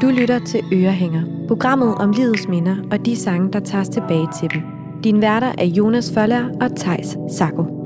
Du lytter til Ørehænger, programmet om livets minder og de sange, der tages tilbage til dem. Dine værter er Jonas Føller og Theis Sacco.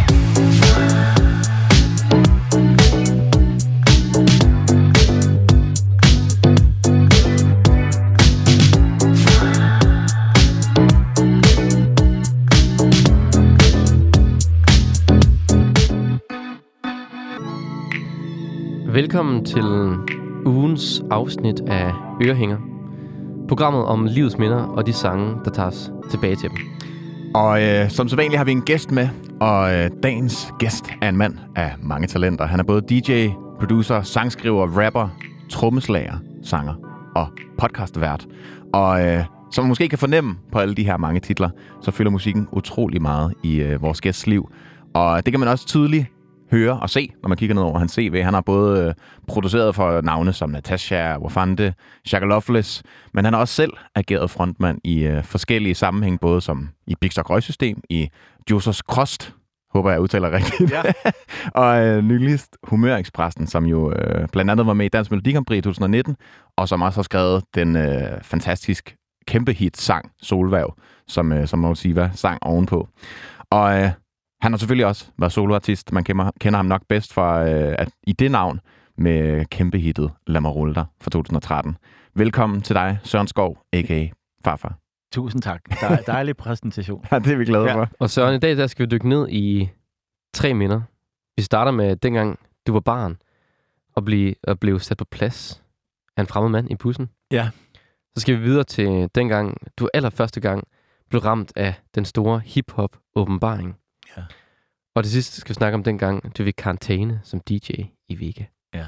Velkommen til ugens afsnit af Ørehænger. Programmet om livets minder og de sange, der tages tilbage til dem. Og som sædvanligt har vi en gæst med, og dagens gæst er en mand af mange talenter. Han er både DJ, producer, sangskriver, rapper, trommeslager, sanger og podcastvært. Og som man måske kan fornemme på alle de her mange titler, så fylder musikken utrolig meget i vores gæsts liv. Og det kan man også tydeligt høre og se, når man kigger ned over hans CV. Han har både produceret for navne som Natasha, Wafande, Shaka Loveless, men han har også selv ageret frontmand i forskellige sammenhæng, både som i Big Stock Røgsystem, i Jusos Krost, håber jeg udtaler rigtigt, ja. Og nyligst Humørekspressen, som jo blandt andet var med i Dansk Melodi Grand Prix i 2019, og som også har skrevet den fantastisk kæmpe hit sang Solværv, som man må sige var sang ovenpå. Og han har selvfølgelig også været soloartist. Man kender ham nok bedst fra at i det navn med kæmpe hittet Lad mig rulle dig fra 2013. Velkommen til dig, Søren Skov, a.k.a. Farfar. Tusind tak. Dejlig præsentation. Ja, det er vi glade for. Og Søren, i dag der skal vi dykke ned i 3 minder. Vi starter med dengang du var barn og blev sat på plads af en fremmed mand i bussen. Ja. Så skal vi videre til dengang du allerførste gang blev ramt af den store hip-hop-åbenbaring. Ja. Og til sidst skal vi snakke om dengang, du fik karantæne som DJ i Vega. Ja.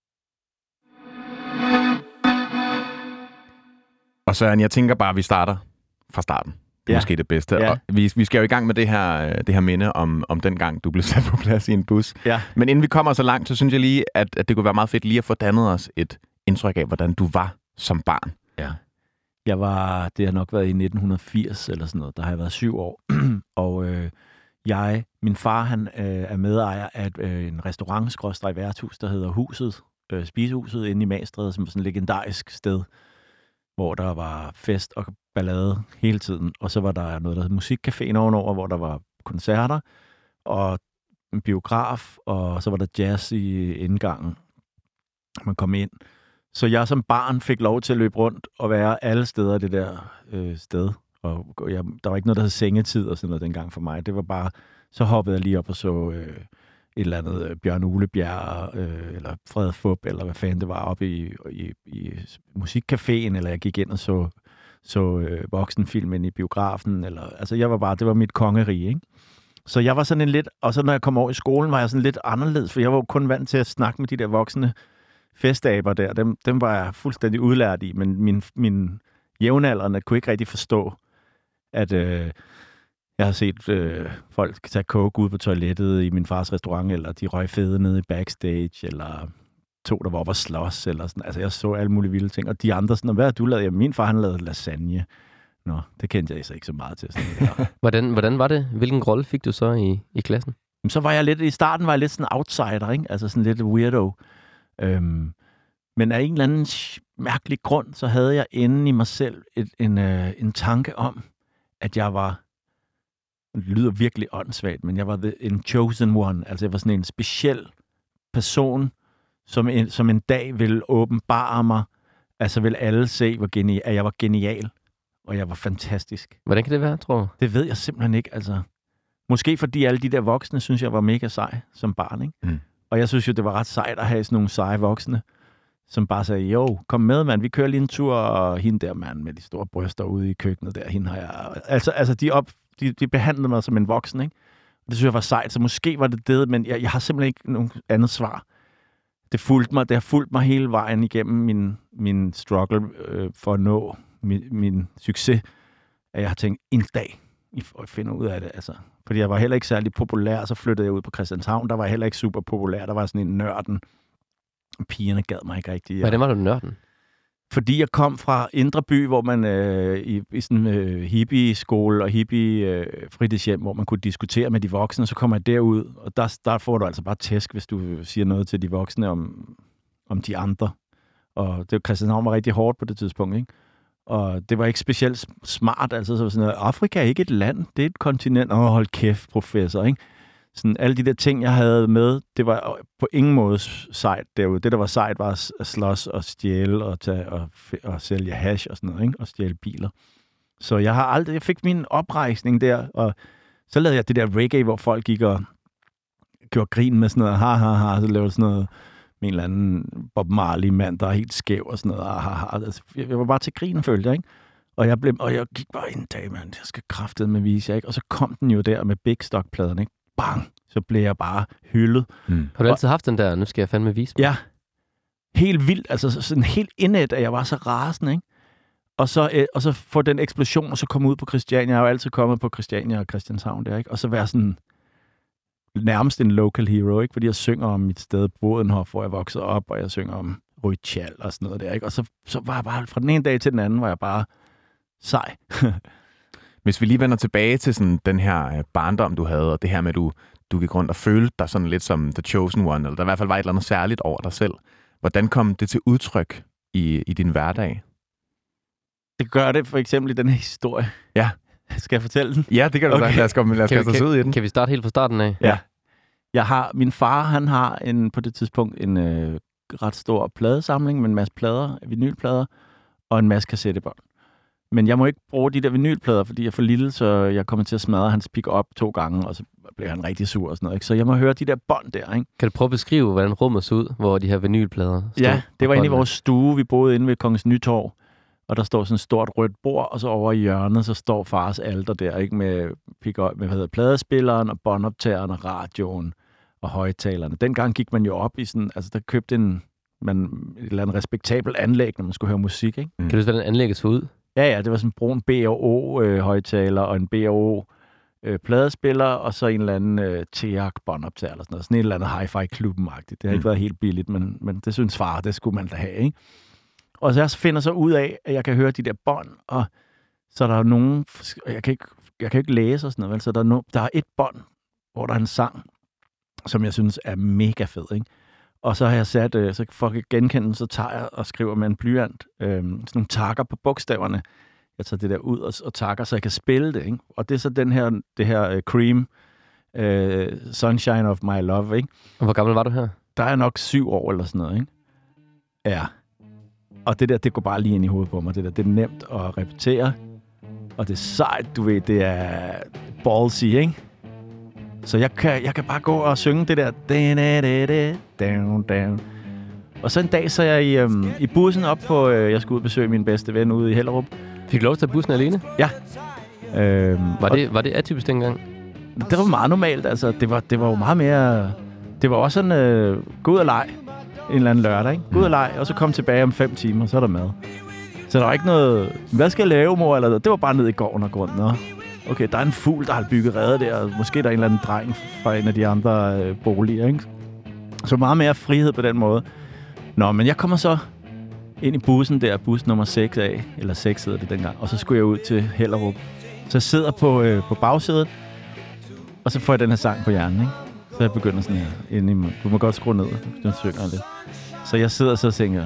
Og Søren, jeg tænker bare, at vi starter fra starten. Det er måske det bedste. Ja. Og vi skal jo i gang med det her minde om den gang, du blev sat på plads i en bus. Ja. Men inden vi kommer så langt, så synes jeg lige, at det kunne være meget fedt lige at få dannet os et indtryk af, hvordan du var som barn. Ja. Det har nok været i 1980 eller sådan noget. Der har jeg været 7 år. Og min far, han er medejer af en restaurant-værtshus, der hedder Huset, Spisehuset inde i Magstræde, som er sådan et legendarisk sted, hvor der var fest og ballade hele tiden. Og så var der noget, der hed Musikcaféen ovenover, hvor der var koncerter og en biograf, og så var der jazz i indgangen. Man kom ind. Så jeg som barn fik lov til at løbe rundt og være alle steder det der sted. Og der var ikke noget, der hed sengetid og sådan noget dengang for mig. Det var bare, så hoppede jeg lige op og så et eller andet Bjørn Ulebjerg, eller Fred Fup, eller hvad fanden det var, oppe i Musikcaféen, eller jeg gik ind og så voksenfilm ind i biografen. Altså det var mit kongerige, ikke? Så jeg var sådan en lidt, og så når jeg kom over i skolen, var jeg sådan lidt anderledes, for jeg var jo kun vant til at snakke med de der voksne festaber der. Dem var jeg fuldstændig udlært i, men min jævnaldrende kunne ikke rigtig forstå, at jeg har set folk tage coke ud på toilettet i min fars restaurant, eller de røg fede nede i backstage, eller der var oppe og slås, eller sådan. Altså, jeg så alle mulige vilde ting. Og de andre sådan, hvad har du lavet? Jamen, min far, han lavede lasagne. Nå, det kendte jeg så ikke så meget til. Hvordan var det? Hvilken rolle fik du så i klassen? Så var jeg i starten var jeg lidt sådan outsider, ikke? Altså sådan lidt weirdo. Men af en eller anden mærkelig grund, så havde jeg inde i mig selv en tanke om, at jeg var, det lyder virkelig åndssvagt, men jeg var en chosen one. Altså jeg var sådan en speciel person, som en dag ville åbenbare mig. Altså vil alle se, at jeg var genial, og jeg var fantastisk. Hvordan kan det være, tror du? Det ved jeg simpelthen ikke, altså. Måske fordi alle de der voksne, synes jeg var mega sej som barn, ikke? Mm. Og jeg synes jo, det var ret sejt at have sådan nogle seje voksne, som bare sagde, jo, kom med, mand, vi kører lige en tur, og hende der, mand, med de store bryster ude i køkkenet der, hende har jeg... Altså de behandlede mig som en voksen, ikke? Det synes jeg var sejt, så måske var det, men jeg har simpelthen ikke nogen andet svar. Det har fulgt mig hele vejen igennem min struggle for at nå min succes, at jeg har tænkt, en dag, I finder ud af det, altså. Fordi jeg var heller ikke særlig populær, så flyttede jeg ud på Christianshavn, der var jeg heller ikke super populær, der var sådan en nørden. Pigerne gad mig ikke rigtig. Hvordan var du nørden? Fordi jeg kom fra Indre By, hvor man i sådan en hippie-skole og hippie-fritidshjem, hvor man kunne diskutere med de voksne, så kommer jeg derud, og der får du altså bare tæsk, hvis du siger noget til de voksne om de andre. Og det Christianshavn var rigtig hårdt på det tidspunkt, ikke? Og det var ikke specielt smart, altså så sådan noget, Afrika er ikke et land, det er et kontinent. Hold kæft, professor, ikke? Sådan alle de der ting, jeg havde med, det var på ingen måde sejt derude. Det, der var sejt, var at slås og stjæle og sælge hash og sådan noget, ikke? Og stjæle biler. Så jeg fik min oprejsning der, og så lavede jeg det der reggae, hvor folk gik og gjorde grin med sådan noget, så lavede sådan noget med en eller anden Bob Marley-mand, der er helt skæv og sådan noget, Altså, jeg var bare til grin, følte jeg, ikke? Og jeg gik bare en dag, mand, jeg skal kraftedeme vise jer, ikke? Og så kom den jo der med Big Stock-pladerne, ikke? Bang! Så blev jeg bare hyldet. Har du altid haft den der, nu skal jeg fandme vise mig? Ja. Helt vildt, altså sådan helt indet, at jeg var så rasende, ikke? Og så få den eksplosion, og så komme ud på Christiania. Jeg har jo altid kommet på Christiania og Christianshavn der, ikke? Og så være sådan nærmest en local hero, ikke? Fordi jeg synger om mit sted, Bodenhof, hvor jeg voksede op, og jeg synger om Rui Tjal og sådan noget der, ikke? Og så var jeg bare, fra den ene dag til den anden, var jeg bare sej. Hvis vi lige vender tilbage til sådan den her barndom, du havde, og det her med, at du gik rundt og følte dig sådan lidt som the chosen one, eller der i hvert fald var et eller andet særligt over dig selv. Hvordan kom det til udtryk i din hverdag? Det gør det for eksempel i den her historie. Ja. Skal jeg fortælle den? Ja, det kan du sige. Lad os kaste os ud i den. Kan vi starte helt fra starten af? Ja. Min far, han har på det tidspunkt en ret stor pladesamling med en masse plader, vinylplader, og en masse kassettebånd. Men jeg må ikke bruge de der vinylplader, fordi jeg er for lille, så jeg kommer til at smadre hans pick-up 2 gange, og så bliver han rigtig sur og sådan noget, ikke? Så jeg må høre de der bånd der, ikke? Kan du prøve at beskrive, hvordan rummet så ud, hvor de her vinylplader stod? Ja, det var inde i vores stue. Vi boede inde ved Kongens Nytorv, og der står sådan et stort rødt bord, og så over i hjørnet, så står fars alter der, ikke? Med pick-up, med pladespilleren og båndoptageren og radioen og højtalerne. Dengang gik man jo op i sådan, altså der købte et eller andet respektabelt anlæg, når man skulle høre musik, ikke? Kan du huske, hvordan anlægget så ud? Ja, det var sådan en brun B&O-højtaler og en B&O pladespiller, og så en eller anden Teak båndoptager eller sådan noget. Sådan et eller andet hi-fi-klubben-agtigt. Det har ikke været helt billigt, men det synes far, det skulle man da have, ikke? Og så jeg finder så ud af, at jeg kan høre de der bånd, og så er der nogen, jeg kan ikke læse og sådan noget, vel? Så der er et bånd, hvor der er en sang, som jeg synes er mega fed, ikke? Og så har jeg sat, så for at genkende den, så tager jeg og skriver med en blyant sådan nogle takker på bogstaverne. Jeg tager det der ud og takker, så jeg kan spille det, ikke? Og det er så det her Cream, Sunshine of My Love, ikke? Og hvor gammel var du her? Der er nok 7 år eller sådan noget, ikke? Ja. Og det der, det går bare lige ind i hovedet på mig. Det er nemt at repetere. Og det er sejt, du ved, det er ballsy, ikke? Så jeg kan bare gå og synge det der. Down, down. Og så en dag, så er jeg i bussen op på, jeg skulle ud og besøge min bedste ven ude i Hellerup. Fik du lov til at tage bussen alene? Ja. Var det atypisk dengang? Det var meget normalt, altså. Det var jo meget mere... Det var også sådan, gå ud og lege en eller anden lørdag, ikke? Gå ud og lege, og så kom tilbage om 5 timer, så er der mad. Så der var ikke noget... Hvad skal jeg lave, mor? Eller det var bare ned i gården og grunden. Okay, der er en fugl, der har bygget rede der, og måske der er en eller anden dreng fra en af de andre boliger, ikke? Så meget mere frihed på den måde. Nå, men jeg kommer så ind i bussen der, bus nummer 6 af, eller 6 hedder det dengang, og så skulle jeg ud til Hellerup. Så jeg sidder på bagsædet, og så får jeg den her sang på hjernen, ikke? Så jeg begynder sådan her, du må godt skrue ned, den synger lidt. Så jeg sidder så og tænker,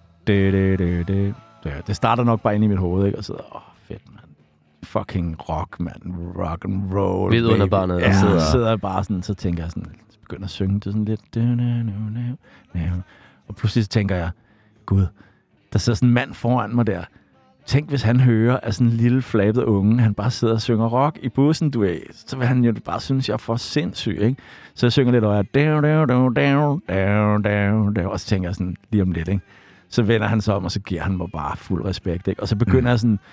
det starter nok bare inde i mit hoved, ikke? Og så fedt, mand. Fucking rock, man. Rock and roll. Ved under barnet. Ja, så sidder jeg bare sådan, så tænker jeg sådan, så begynder at synge det sådan lidt. Og pludselig så tænker jeg, gud, der sidder sådan en mand foran mig der. Tænk, hvis han hører, at sådan en lille flabet unge, han bare sidder og synger rock i bussen, du ved, så vil han jo bare synes, jeg er for sindssyg, ikke? Så jeg synger lidt, og og så tænker jeg sådan, lige om lidt, ikke? Så vender han sig om, og så giver han mig bare fuld respekt, ikke? Og så begynder jeg sådan,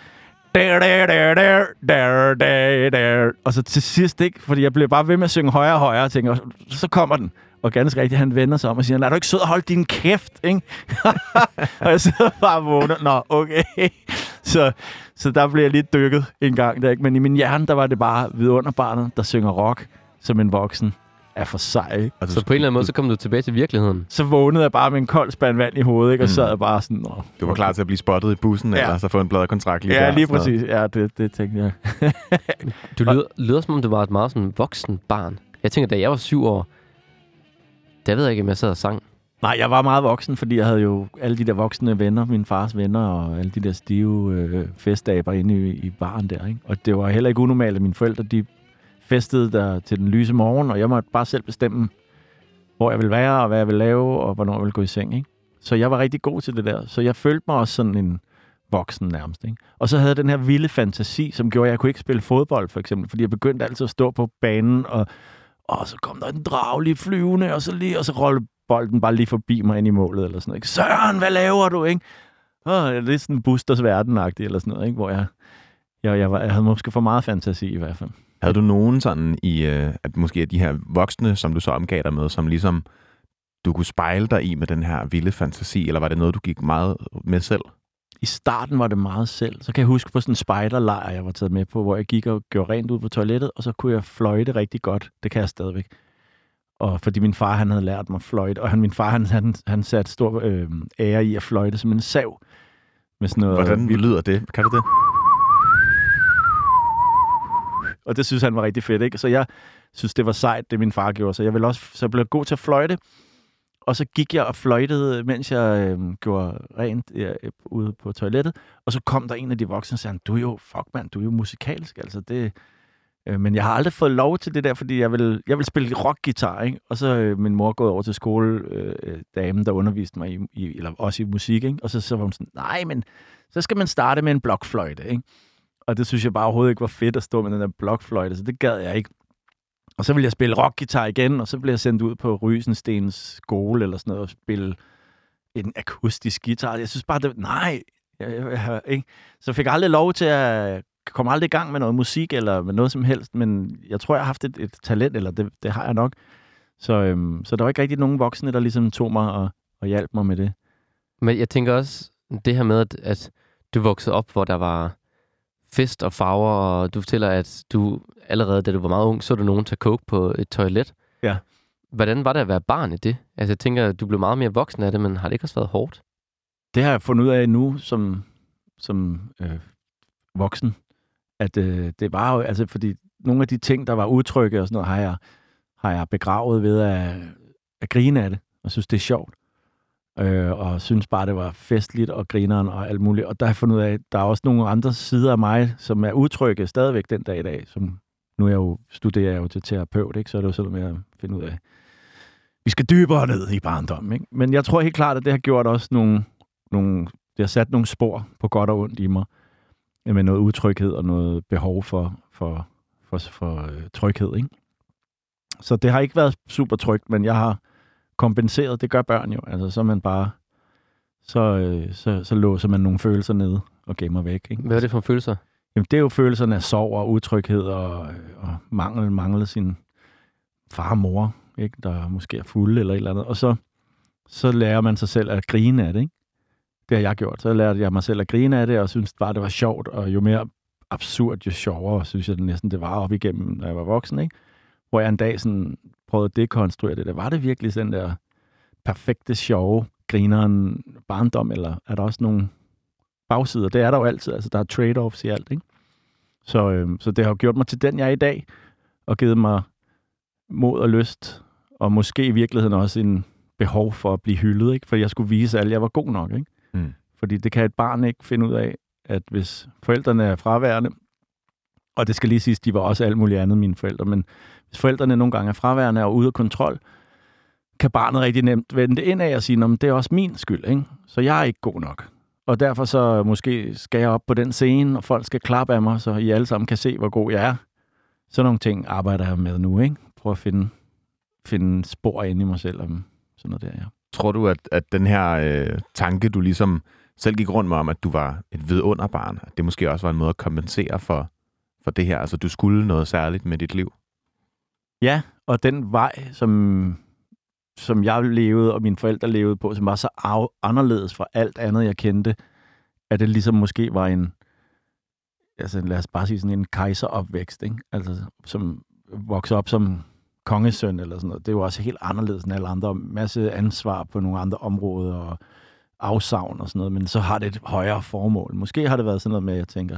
og så til sidst, ikke? Fordi jeg bliver bare ved med at synge højere og højere, og tænker, så kommer den. Og ganske rigtigt, han vender sig om og siger, lad du ikke sidde og holde din kæft, ikke? Og jeg sidder bare og vågner. Nå, okay. Så der blev jeg lige dykket en gang der, ikke? Men i min hjerne, der var det bare vidunderbarnet, der synger rock som en voksen. Er for sej, ikke? Altså, så på en eller anden måde, så kom du tilbage til virkeligheden? Så vågnede jeg bare med en kold spand vand i hovedet, ikke? Og så sad jeg bare sådan... Du var klar til at blive spottet i bussen, eller så få en pladekontrakt lige der? Ja, lige præcis. Ja, det tænkte jeg. Du lyder som om, du var et meget sådan voksen barn. Jeg tænker, da jeg var 7 år, der ved jeg ikke, om jeg sad og sang. Nej, jeg var meget voksen, fordi jeg havde jo alle de der voksne venner, min fars venner, og alle de der stive festaber inde i baren der, ikke? Og det var heller ikke unormalt, at mine forældre, de festede der til den lyse morgen, og jeg måtte bare selv bestemme, hvor jeg ville være, og hvad jeg ville lave, og hvornår jeg ville gå i seng, ikke? Så jeg var rigtig god til det der. Så jeg følte mig også sådan en voksen nærmest, ikke? Og så havde jeg den her vilde fantasi, som gjorde, at jeg kunne ikke spille fodbold, for eksempel, fordi jeg begyndte altid at stå på banen, og så kom der en drag lige flyvende, og så rullede bolden bare lige forbi mig ind i målet, eller sådan noget, ikke? Søren, hvad laver du, ikke? Det er sådan Busters verden-agtigt, eller sådan noget, ikke? Hvor jeg havde måske for meget fantasi i hvert fald. Havde du nogen sådan at måske de her voksne, som du så omgav dig med, som ligesom du kunne spejle dig i med den her vilde fantasi, eller var det noget, du gik meget med selv? I starten var det meget selv. Så kan jeg huske på sådan en spejderlejr, jeg var taget med på, hvor jeg gik og gjorde rent ud på toilettet, og så kunne jeg fløjte rigtig godt. Det kan jeg stadigvæk. Og fordi min far, han havde lært mig at fløjte, og min far, han satte stor ære i at fløjte som en sav. Med sådan noget. Hvordan lyder det? Kan du det? Og det synes han var rigtig fedt, ikke? Så jeg synes, det var sejt, det min far gjorde. Så jeg blev god til at fløjte. Og så gik jeg og fløjtede, mens jeg gjorde rent ude på toilettet. Og så kom der en af de voksne og sagde, du er jo musikalsk. Altså det, men jeg har aldrig fået lov til det der, fordi jeg vil spille rockguitar, ikke? Og så min mor gået over til skoledamen, der underviste mig eller også i musik, ikke? Og så var hun sådan, nej, men så skal man starte med en blokfløjte, ikke? Og det synes jeg bare overhovedet ikke var fedt at stå med den der blokfløjte, så det gad jeg ikke. Og så ville jeg spille rockguitar igen, og så blev jeg sendt ud på Rysenstens skole eller sådan noget, og spille en akustisk guitar. Jeg synes bare, ikke. Så jeg fik aldrig lov til at komme aldrig i gang med noget musik eller med noget som helst, men jeg tror, jeg har haft et talent, eller det har jeg nok. Så der var ikke rigtig nogen voksne, der ligesom tog mig og hjalp mig med det. Men jeg tænker også, det her med, at du voksede op, hvor der var fest og farver, og du fortæller, at du allerede, da du var meget ung, så du nogen tage coke på et toilet. Ja. Hvordan var det at være barn i det? Altså, jeg tænker, at du blev meget mere voksen af det, men har det ikke også været hårdt? Det har jeg fundet ud af nu, som voksen, at det var jo, altså, fordi nogle af de ting, der var utrygge og sådan noget, har jeg begravet ved at grine af det, og synes, det er sjovt. Og synes bare, det var festligt og grineren og alt muligt. Og der har jeg fundet ud af, at der er også nogle andre sider af mig, som er utrygge stadigvæk den dag i dag. Som nu studerer jeg jo til terapeut, ikke? Så er det jo sådan med at finde ud af, vi skal dybere ned i barndommen, ikke? Men jeg tror helt klart, at det har gjort også det har sat nogle spor på godt og ondt i mig. Med noget utryghed og noget behov for tryghed, ikke? Så det har ikke været super trygt, men jeg har kompenseret. Det gør børn jo. Altså, så man bare så låser man nogle følelser nede og gemmer væk, ikke? Hvad er det for følelser? Jamen, det er jo følelserne af sorg og utryghed og mangle sin far og mor, ikke? Der måske er fulde eller et eller andet. Og så lærer man sig selv at grine af det, ikke? Det har jeg gjort. Så lærte jeg mig selv at grine af det, og synes bare, det var sjovt. Og jo mere absurd, jo sjovere, synes jeg næsten, det var op igennem, da jeg var voksen, ikke? Hvor jeg en dag sådan prøvede at dekonstruere det. Var det virkelig sådan der perfekte, sjove, grineren barndom, eller er der også nogle bagsider? Det er der jo altid. Altså, der er trade-offs i alt, ikke? Så det har gjort mig til den, jeg er i dag, og givet mig mod og lyst, og måske i virkeligheden også en behov for at blive hyldet, ikke? For jeg skulle vise alle, at jeg var god nok, ikke? Mm. Fordi det kan et barn ikke finde ud af, at hvis forældrene er fraværende, og det skal lige siges, de var også alt muligt andet, mine forældre, men hvis forældrene nogle gange er fraværende og ude af kontrol, kan barnet rigtig nemt vende det ind af og sige, det er også min skyld, ikke? Så jeg er ikke god nok. Og derfor så måske skal jeg op på den scene, og folk skal klappe af mig, så I alle sammen kan se, hvor god jeg er. Sådan nogle ting arbejder jeg med nu, ikke? Prøv at finde spor inde i mig selv om sådan noget der, ja. Tror du, at den her tanke, du ligesom selv gik rundt med om, at du var et vidunderbarn, at det måske også var en måde at kompensere for det her? Altså, du skulle noget særligt med dit liv? Ja, og den vej, som jeg levede, og mine forældre levede på, som var så anderledes fra alt andet, jeg kendte, at det ligesom måske var lad os bare sige sådan en kejseropvækst, ikke? Altså, som voksede op som kongesøn eller sådan noget. Det er jo også helt anderledes end alle andre. Masse ansvar på nogle andre områder og afsavn og sådan noget, men så har det et højere formål. Måske har det været sådan noget med, at jeg tænker,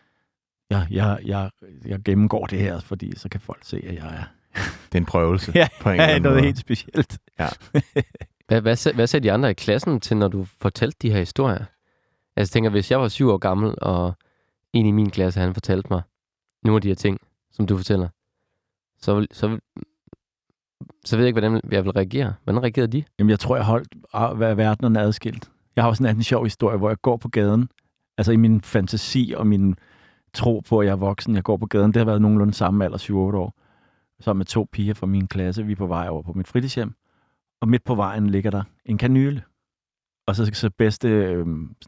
jeg gennemgår det her, fordi så kan folk se, at jeg er... Det er en prøvelse. Ja, på en eller anden noget måde. helt specielt. Ja. Hvad sagde de andre i klassen til, når du fortalte de her historier? Altså, jeg tænker, hvis jeg var 7 år gammel, og en i min klasse, han fortalte mig nogle af de her ting, som du fortæller, så ved jeg ikke, hvordan jeg vil reagere. Hvordan reagerede de? Jamen, jeg tror, jeg holdt verden adskilt. Jeg har også en anden sjov historie, hvor jeg går på gaden. Altså i min fantasi og min tro på, at jeg er voksen. Jeg går på gaden. Det har været nogenlunde samme alder, 7-8 år. Så med 2 piger fra min klasse. Vi er på vej over på mit fritidshjem. Og midt på vejen ligger der en kanyle. Og så bedste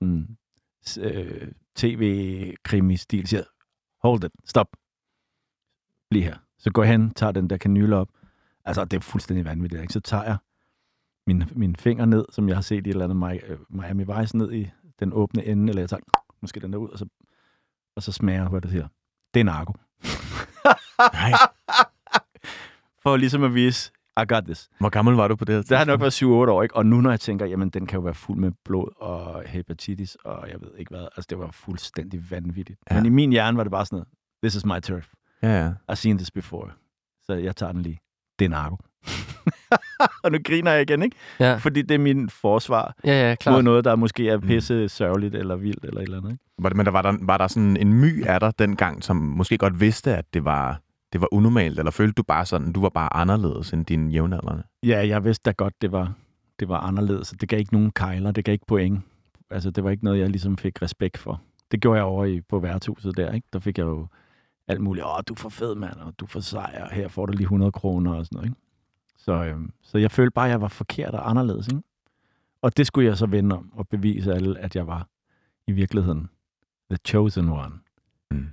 tv-krimi-stil siger, hold it, stop. Bliv her. Så går jeg hen, tager den der kanyle op. Altså, det er fuldstændig vanvittigt, ikke? Så tager jeg min finger ned, som jeg har set i et eller andet Miami Vice, ned i den åbne ende, eller jeg tager måske den der ud, og så smager jeg, hvad det siger. Det er narko. Nej. For ligesom at vise, I got this. Hvor gammel var du på det? Det har nok været 7-8 år, ikke? Og nu, når jeg tænker, jamen, den kan jo være fuld med blod og hepatitis, og jeg ved ikke hvad. Altså, det var fuldstændig vanvittigt. Ja. Men i min hjerne var det bare sådan noget, this is my turf. Ja. I've seen this before. Så jeg tager den lige. Det er narko. Og nu griner jeg igen, ikke? Ja. Fordi det er min forsvar klart. mod noget, der måske er pisse sørgeligt eller vildt eller et eller andet, ikke? Men var der sådan en my af dig dengang, som måske godt vidste, at det var unormalt, eller følte du bare sådan, du var bare anderledes end dine jævnaldrende? Ja, jeg vidste da godt, det var anderledes. Det gav ikke nogen kejler, det gav ikke point. Altså, det var ikke noget, jeg ligesom fik respekt for. Det gjorde jeg over på værtshuset der, ikke? Der fik jeg jo alt muligt. Du er for fed, mand, og du er for sejr. Her får du lige 100 kroner og sådan noget, ikke? Så jeg følte bare, at jeg var forkert og anderledes, ikke? Og det skulle jeg så vende om og bevise alle, at jeg var i virkeligheden the chosen one. Mm.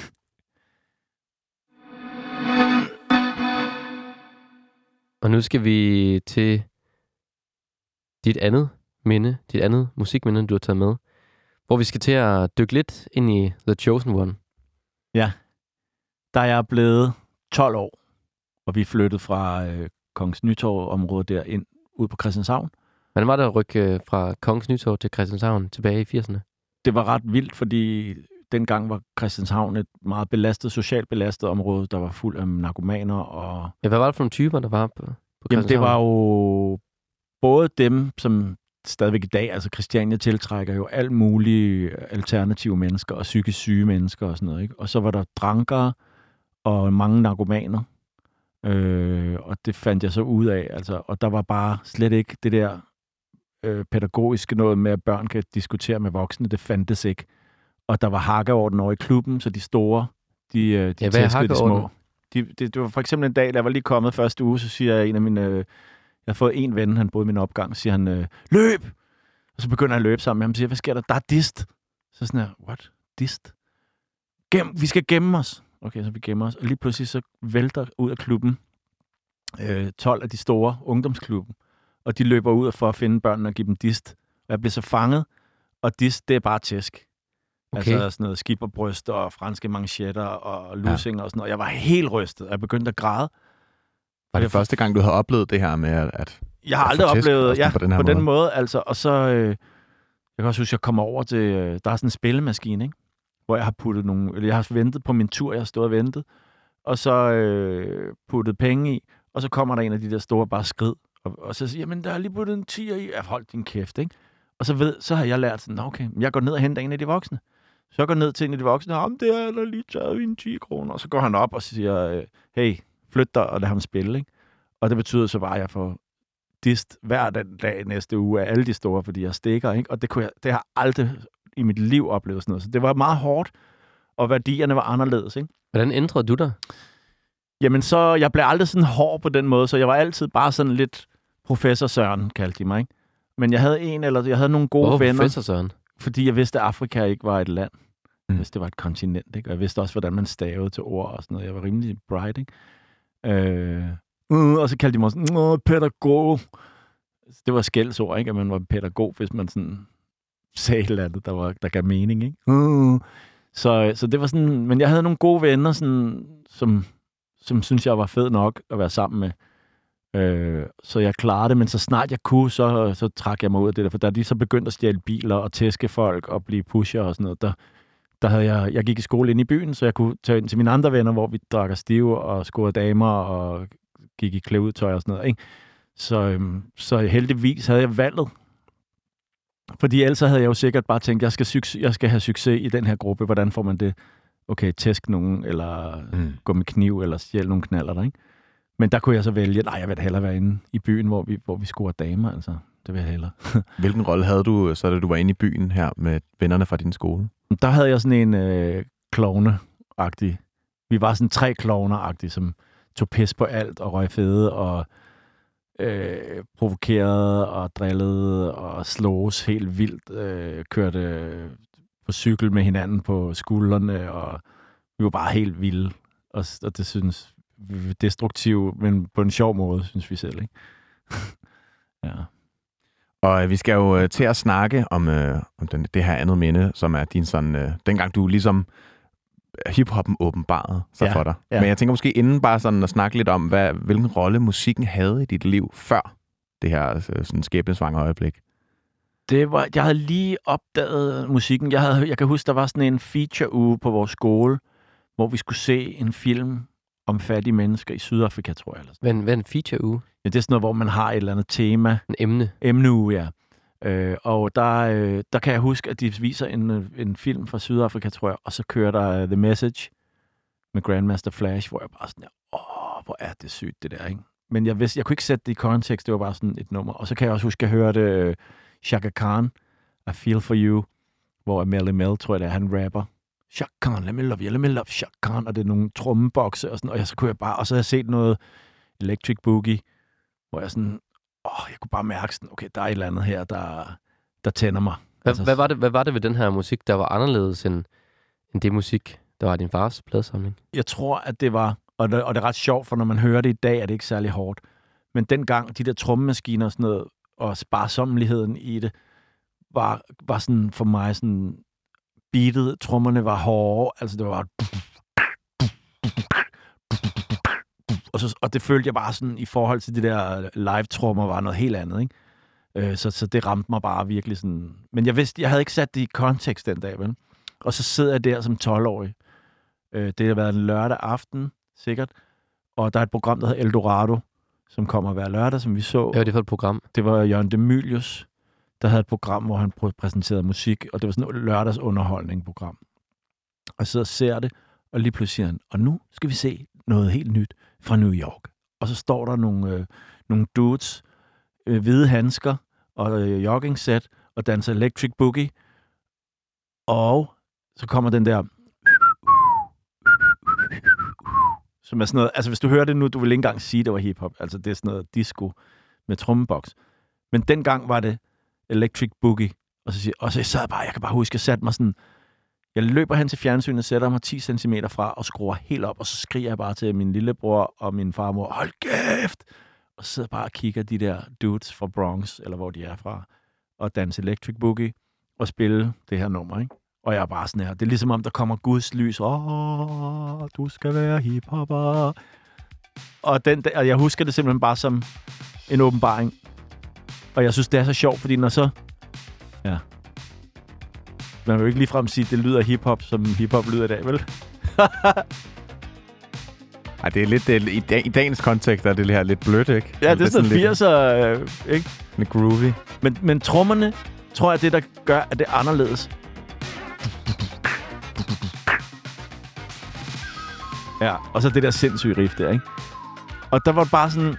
Og nu skal vi til dit andet musikminde, du har taget med, hvor vi skal til at dykke lidt ind i The Chosen One. Ja, da jeg er blevet 12 år, og vi flyttede fra Kongens Nytorv-området der ind ud på Christianshavn. Hvordan var det at rykke fra Kongens Nytorv til Christianshavn tilbage i 80'erne? Det var ret vildt, fordi dengang var Christianshavn et meget socialt belastet område, der var fuld af narkomaner. Og ja, hvad var det for nogle typer, der var på Christianshavn? Jamen, det var jo både dem, som stadigvæk i dag, altså Christiania tiltrækker jo alt mulige alternative mennesker og psykisk syge mennesker og sådan noget, ikke? Og så var der drankere og mange narkomaner. Og det fandt jeg så ud af, altså, og der var bare slet ikke det der pædagogiske noget med, at børn kan diskutere med voksne, det fandtes ikke. Og der var hakkeorden over i klubben, så de store, de tæskede de små. Det var for eksempel en dag, da jeg var lige kommet første uge, så siger jeg en af mine, jeg har fået en ven, han boede i min opgang, så siger han, løb! Og så begynder jeg at løbe sammen med ham, og siger, hvad sker der? Der er dist. Så sådan her, what? Dist? Vi skal gemme os. Okay, så vi gemmer os. Og lige pludselig så vælter ud af klubben 12 af de store ungdomsklubben. Og de løber ud for at finde børnene og give dem dist. Og jeg blev så fanget, og dist, det er bare tæsk. Okay. Altså sådan noget skipperbryst og franske manchetter og lusinger og sådan noget. Jeg var helt rystet, og jeg begyndte at græde. Var det første gang, du havde oplevet det her med, at jeg har aldrig oplevet på den måde, altså. Og så, jeg kan også huske, jeg kommer over til, der er sådan en spillemaskine, ikke? Hvor jeg har puttet jeg har ventet på min tur, jeg har stået og ventet, og så puttet penge i, og så kommer der en af de der store bare skrid, og så siger jamen der er lige puttet en 10'er i, hold din kæft, ikke? Og så har jeg lært sådan, okay, jeg går ned og henter en af de voksne. Så jeg går ned til en af de voksne, det er der lige taget en 10 kroner, og så går han op og siger, hey, flyt dig, og lad ham spille, ikke? Og det betyder så bare, at jeg får dist hver den dag næste uge af alle de store, fordi jeg stikker, ikke? Og det har jeg aldrig i mit liv oplevet sådan noget. Så det var meget hårdt, og værdierne var anderledes, ikke? Hvordan ændrede du dig? Jamen så, jeg blev aldrig sådan hård på den måde, så jeg var altid bare sådan lidt Professor Søren, kaldte de mig, ikke? Men jeg havde nogle gode venner. Professor Søren? Fordi jeg vidste, at Afrika ikke var et land. Hvis det var et kontinent, ikke? Og jeg vidste også, hvordan man stavede til ord og sådan noget. Jeg var rimelig bright, ikke? Og så kaldte de mig sådan, pædagog. Det var skældsord, ikke? At man var pædagog, hvis man sådan sagde et eller andet, der gav mening, ikke? Så det var sådan, men jeg havde nogle gode venner, sådan, som synes jeg var fed nok at være sammen med. Så jeg klarede det, men så snart jeg kunne, så trak jeg mig ud af det der, for da de så begyndte at stjæle biler og tæske folk og blive pusher og sådan noget, der havde jeg gik i skole inde i byen, så jeg kunne tage ind til mine andre venner, hvor vi drak stive og scorede damer og gik i klædeudtøj og sådan noget, ikke? Så heldigvis havde jeg valget. Fordi ellers havde jeg jo sikkert bare tænkt, jeg skal have succes i den her gruppe. Hvordan får man det? Okay, tæsk nogen, eller gå med kniv, eller stjæle nogle knaller der, ikke? Men der kunne jeg så vælge, nej, jeg vil hellere være inde i byen, hvor vi scorer damer, altså. Det vil jeg hellere. Hvilken rolle havde du, så da du var inde i byen her med vennerne fra din skole? Der havde jeg sådan en klovne-agtig. Vi var sådan 3 klovner-agtige, som tog pis på alt og røg fede og provokerede og drillede og sloges helt vildt. Kørte på cykel med hinanden på skuldrene, og vi var bare helt vilde. Og det synes vi var destruktivt, men på en sjov måde, synes vi selv, ikke? Ja. Og vi skal jo til at snakke om det her andet minde, som er din sådan... dengang du ligesom hiphoppen åbenbarede sig for dig. Ja. Men jeg tænker måske inden bare sådan at snakke lidt om, hvilken rolle musikken havde i dit liv før det her sådan skæbnesvangre øjeblik. Jeg havde lige opdaget musikken. Jeg kan huske, der var sådan en feature-uge på vores skole, hvor vi skulle se en film om fattige mennesker i Sydafrika, tror jeg. Hvad er en feature-uge? Ja, det er sådan noget, hvor man har et eller andet tema. En emne? Emneuge, ja. Og der kan jeg huske, at de viser en film fra Sydafrika, tror jeg, og så kører der The Message med Grandmaster Flash, hvor jeg bare sådan, hvor er det sygt, det der, ikke? Men jeg kunne ikke sætte det i kontekst, det var bare sådan et nummer. Og så kan jeg også huske, at jeg hørte Chaka Khan, I Feel For You, hvor Melly Mel, tror jeg det er, han rapper. Chaka Khan, let me love Chaka Khan, og det er nogle trommebokse og sådan, og så kunne jeg bare, og så havde jeg set noget Electric Boogie, hvor jeg sådan, jeg kunne bare mærke sådan, okay, der er et eller andet her, der tænder mig. Hvad var det ved den her musik, der var anderledes end det musik, der var i din fars pladesamling? Jeg tror, at det var, og det er ret sjovt, for når man hører det i dag, er det ikke særlig hårdt. Men dengang, de der trommemaskiner og sådan noget, og sparsommeligheden i det, var sådan for mig sådan beatet. Trommerne var hårde, altså det var og det følte jeg bare sådan, i forhold til de der live-trommer, var noget helt andet, ikke? Så det ramte mig bare virkelig sådan. Men jeg havde ikke sat det i kontekst den dag, vel? Og så sidder jeg der som 12-årig. Det har været en lørdag aften, sikkert. Og der er et program, der hedder Eldorado, som kommer hver lørdag, som vi så. Ja, det var et program. Det var Jørgen de Mylius, der havde et program, hvor han præsenterede musik, og det var sådan et lørdagsunderholdning-program. Og jeg sidder og ser det, og lige pludselig siger han, og nu skal vi se noget helt nyt fra New York. Og så står der nogle dudes, hvide handsker og jogging-sæt, og danser Electric Boogie. Og så kommer den der, som er sådan noget, altså hvis du hører det nu, du vil ikke engang sige, det var hiphop. Altså det er sådan noget disco med trommeboks. Men dengang var det Electric Boogie. Og så sad jeg kan bare huske, jeg satte mig sådan, jeg løber hen til fjernsynet, sætter mig 10 cm fra og skruer helt op, og så skriger jeg bare til min lillebror og min farmor, hold kæft! Og så sidder jeg bare og kigger de der dudes fra Bronx, eller hvor de er fra, og danse Electric Boogie, og spille det her nummer, ikke? Og jeg er bare sådan her. Det er ligesom om, der kommer Guds lys. Du skal være hiphopper. Og jeg husker det simpelthen bare som en åbenbaring. Og jeg synes, det er så sjovt, fordi når så... Ja. Man vil jo ikke ligefrem sige, at det lyder hiphop, som hiphop lyder i dag, vel? Ej, det er lidt... I dagens kontekst er det her lidt blødt, ikke? Ja, det er sådan 80'er, ikke? Lidt groovy. Men trommerne, tror jeg, det der gør, at det er anderledes. Ja, og så det der sindssyge riff der, ikke? Og der var det bare sådan...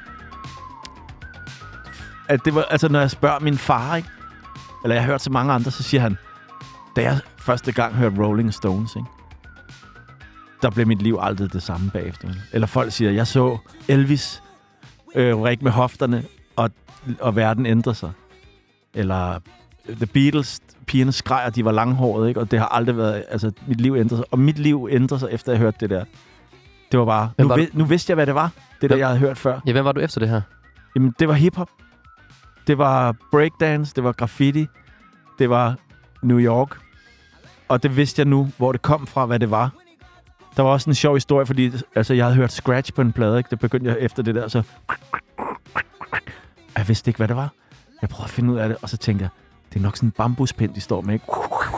At det var, altså når jeg spørger min far, ikke? Eller jeg har hørt så mange andre, så siger han, da jeg første gang hørte Rolling Stones, ikke? Der blev mit liv aldrig det samme bagefter. Eller folk siger, jeg så Elvis række med hofterne, og verden ændrede sig. Eller The Beatles, pigerne skreg, og de var langhårede, ikke? Og det har aldrig været... Altså, mit liv ændrede sig. Og mit liv ændrede sig, efter jeg hørte det der. Det var bare... Nu vidste jeg, hvad det var. Det der, jeg havde hørt før. Ja, hvad var du efter det her? Jamen, det var hiphop. Det var breakdance. Det var graffiti. Det var New York. Og det vidste jeg nu, hvor det kom fra, hvad det var. Der var også en sjov historie, fordi altså, jeg havde hørt scratch på en plade, ikke? Det begyndte jeg efter det der, så... Jeg vidste ikke, hvad det var. Jeg prøvede at finde ud af det, og så tænkte jeg, det er nok sådan en bambuspind, de står med, ikke?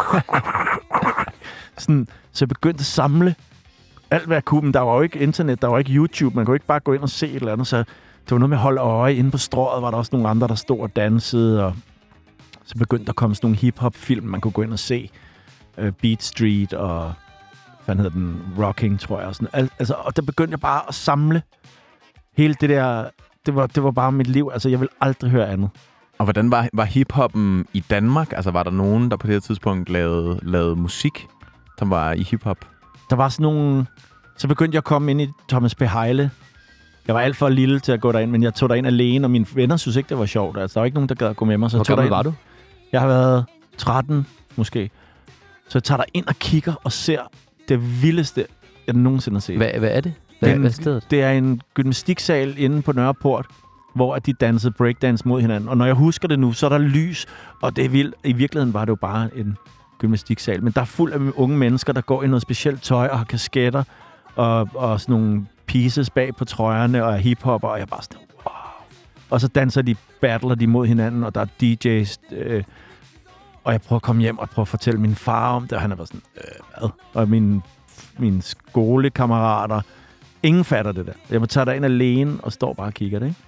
Sådan, så jeg begyndte at samle alt, hvad jeg kunne, men der var jo ikke internet, der var ikke YouTube, man kunne ikke bare gå ind og se et eller andet, så det var noget med at holde øje. Inde på Strøget var der også nogle andre, der stod og dansede, og så begyndte der at komme sådan nogle hip-hop-film, man kunne gå ind og se. Beat Street og hvad hedder den? Rocking, tror jeg. Og, sådan. Altså, og der begyndte jeg bare at samle hele det der. Det var bare mit liv. Altså, jeg vil aldrig høre andet. Og hvordan var hiphoppen i Danmark? Altså, var der nogen, der på det her tidspunkt lavede musik, som var i hiphop? Der var sådan nogle... Så begyndte jeg at komme ind i Thomas P. Heile. Jeg var alt for lille til at gå derind, men jeg tog derind alene, og mine venner synes ikke, det var sjovt. Altså, der var ikke nogen, der gad at gå med mig. Så hvor gammel var du? Jeg har været 13, måske. Så jeg tager der ind og kigger og ser det vildeste, jeg nogensinde har set. Hvad er det? Hvad er stedet? Det er en gymnastiksal inde på Nørreport, hvor de dansede breakdance mod hinanden. Og når jeg husker det nu, så er der lys, og det er vildt. I virkeligheden var det jo bare en gymnastiksal. Men der er fuld af unge mennesker, der går i noget specielt tøj og har kasketter og sådan nogle pieces bag på trøjerne og er hiphopper, og jeg er bare sådan, wow. Og så danser de, battler de mod hinanden, og der er DJ's, og jeg prøver at komme hjem og prøver at fortælle min far om det, og han er bare sådan, hvad? Og mine skolekammerater, ingen fatter det der. Jeg må tage derind alene og står bare og kigger det, ikke?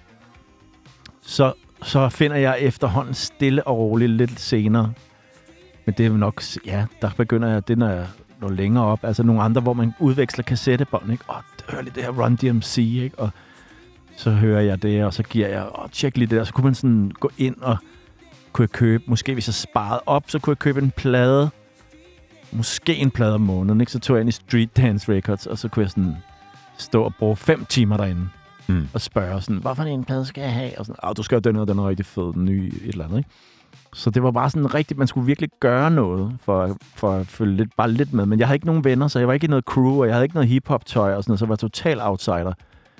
Så finder jeg efterhånden stille og roligt lidt senere. Men det er nok, ja, der begynder jeg, det når jeg når længere op. Altså nogle andre, hvor man udveksler kassettebånd, ikke? Hør lige det her Run DMC, ikke? Og så hører jeg det, og så giver jeg, tjek lige det der. Så kunne man sådan gå ind og kunne jeg købe, måske hvis jeg sparede op, så kunne jeg købe en plade. Måske en plade om måneden, ikke? Så tog jeg ind i Street Dance Records, og så kunne jeg sådan stå og bruge 5 timer derinde. Og spørge sådan, hvorfor en plade skal jeg have? Og sådan, du skal jo den er rigtig fed, den nye, et eller andet, ikke? Så det var bare sådan rigtigt, man skulle virkelig gøre noget for at følge lidt med. Men jeg havde ikke nogen venner, så jeg var ikke i noget crew, og jeg havde ikke noget hiphop-tøj og sådan noget, så jeg var total outsider.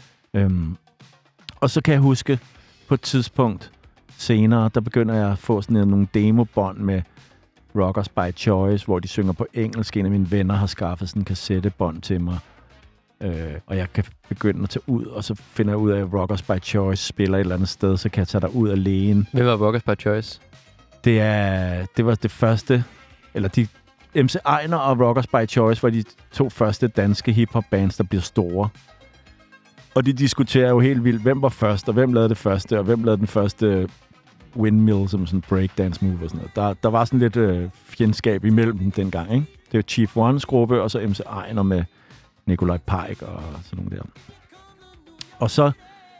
Og så kan jeg huske, på et tidspunkt senere, der begynder jeg at få sådan nogle demobånd med Rockers by Choice, hvor de synger på engelsk. En af mine venner har skaffet sådan en kassettebånd til mig. Og jeg kan begynde at tage ud, og så finder jeg ud af, at Rockers by Choice spiller et eller andet sted, så kan jeg tage derud alene. Hvem var Rockers by Choice? Det var det første, eller de MC Einar og Rockers by Choice var de 2 første danske hiphop-bands, der bliver store. Og de diskuterer jo helt vildt, hvem var først, og hvem lavede det første, og hvem lavede den første windmill, som sådan breakdance move og sådan noget. Der var sådan lidt fjendskab imellem dem dengang, ikke? Det var Chief Ones gruppe, og så MC Einar med Nikolaj Pike og sådan nogle der. Og så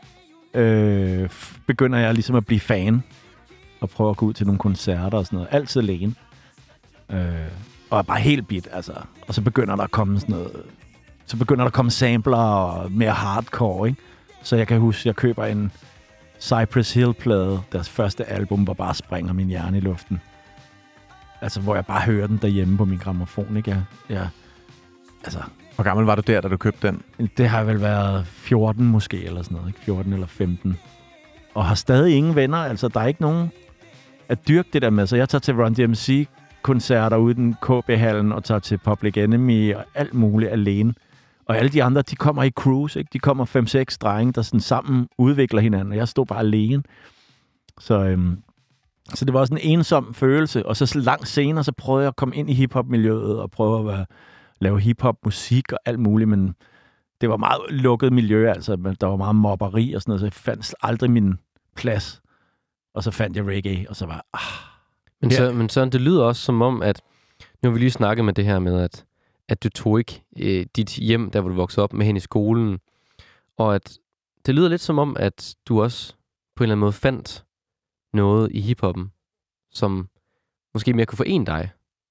begynder jeg ligesom at blive fan, og prøve at gå ud til nogle koncerter og sådan noget. Altid alene. Og er bare helt bit, altså. Og så begynder der at komme sådan noget... Så begynder der at komme sampler og mere hardcore, ikke? Så jeg kan huske, jeg køber en Cypress Hill-plade. Deres første album, hvor bare springer min hjerne i luften. Altså, hvor jeg bare hører den derhjemme på min grammofon, ikke? Altså... Hvor gammel var du der, da du købte den? Det har vel været 14 måske, eller sådan noget, ikke? 14 eller 15. Og har stadig ingen venner, altså der er ikke nogen at dyrke det der med. Så jeg tager til Run DMC-koncerter ude i den KB-hallen, og tager til Public Enemy og alt muligt alene. Og alle de andre, de kommer i crews, ikke? De kommer 5-6 drenge, der sådan sammen udvikler hinanden, og jeg stod bare alene. Så det var også en ensom følelse. Og så langt senere, så prøvede jeg at komme ind i hiphop-miljøet, og prøve at lave hiphop-musik og alt muligt, men det var meget lukket miljø, altså. Der var meget mobberi og sådan noget, så jeg fandt aldrig min plads. Og så fandt jeg reggae, og så var Men Søren, det lyder også som om, at nu har vi lige snakket med det her med, at du tog ikke dit hjem, der hvor du voksede op, med hen i skolen. Og at det lyder lidt som om, at du også på en eller anden måde fandt noget i hiphoppen, som måske mere kunne forene dig.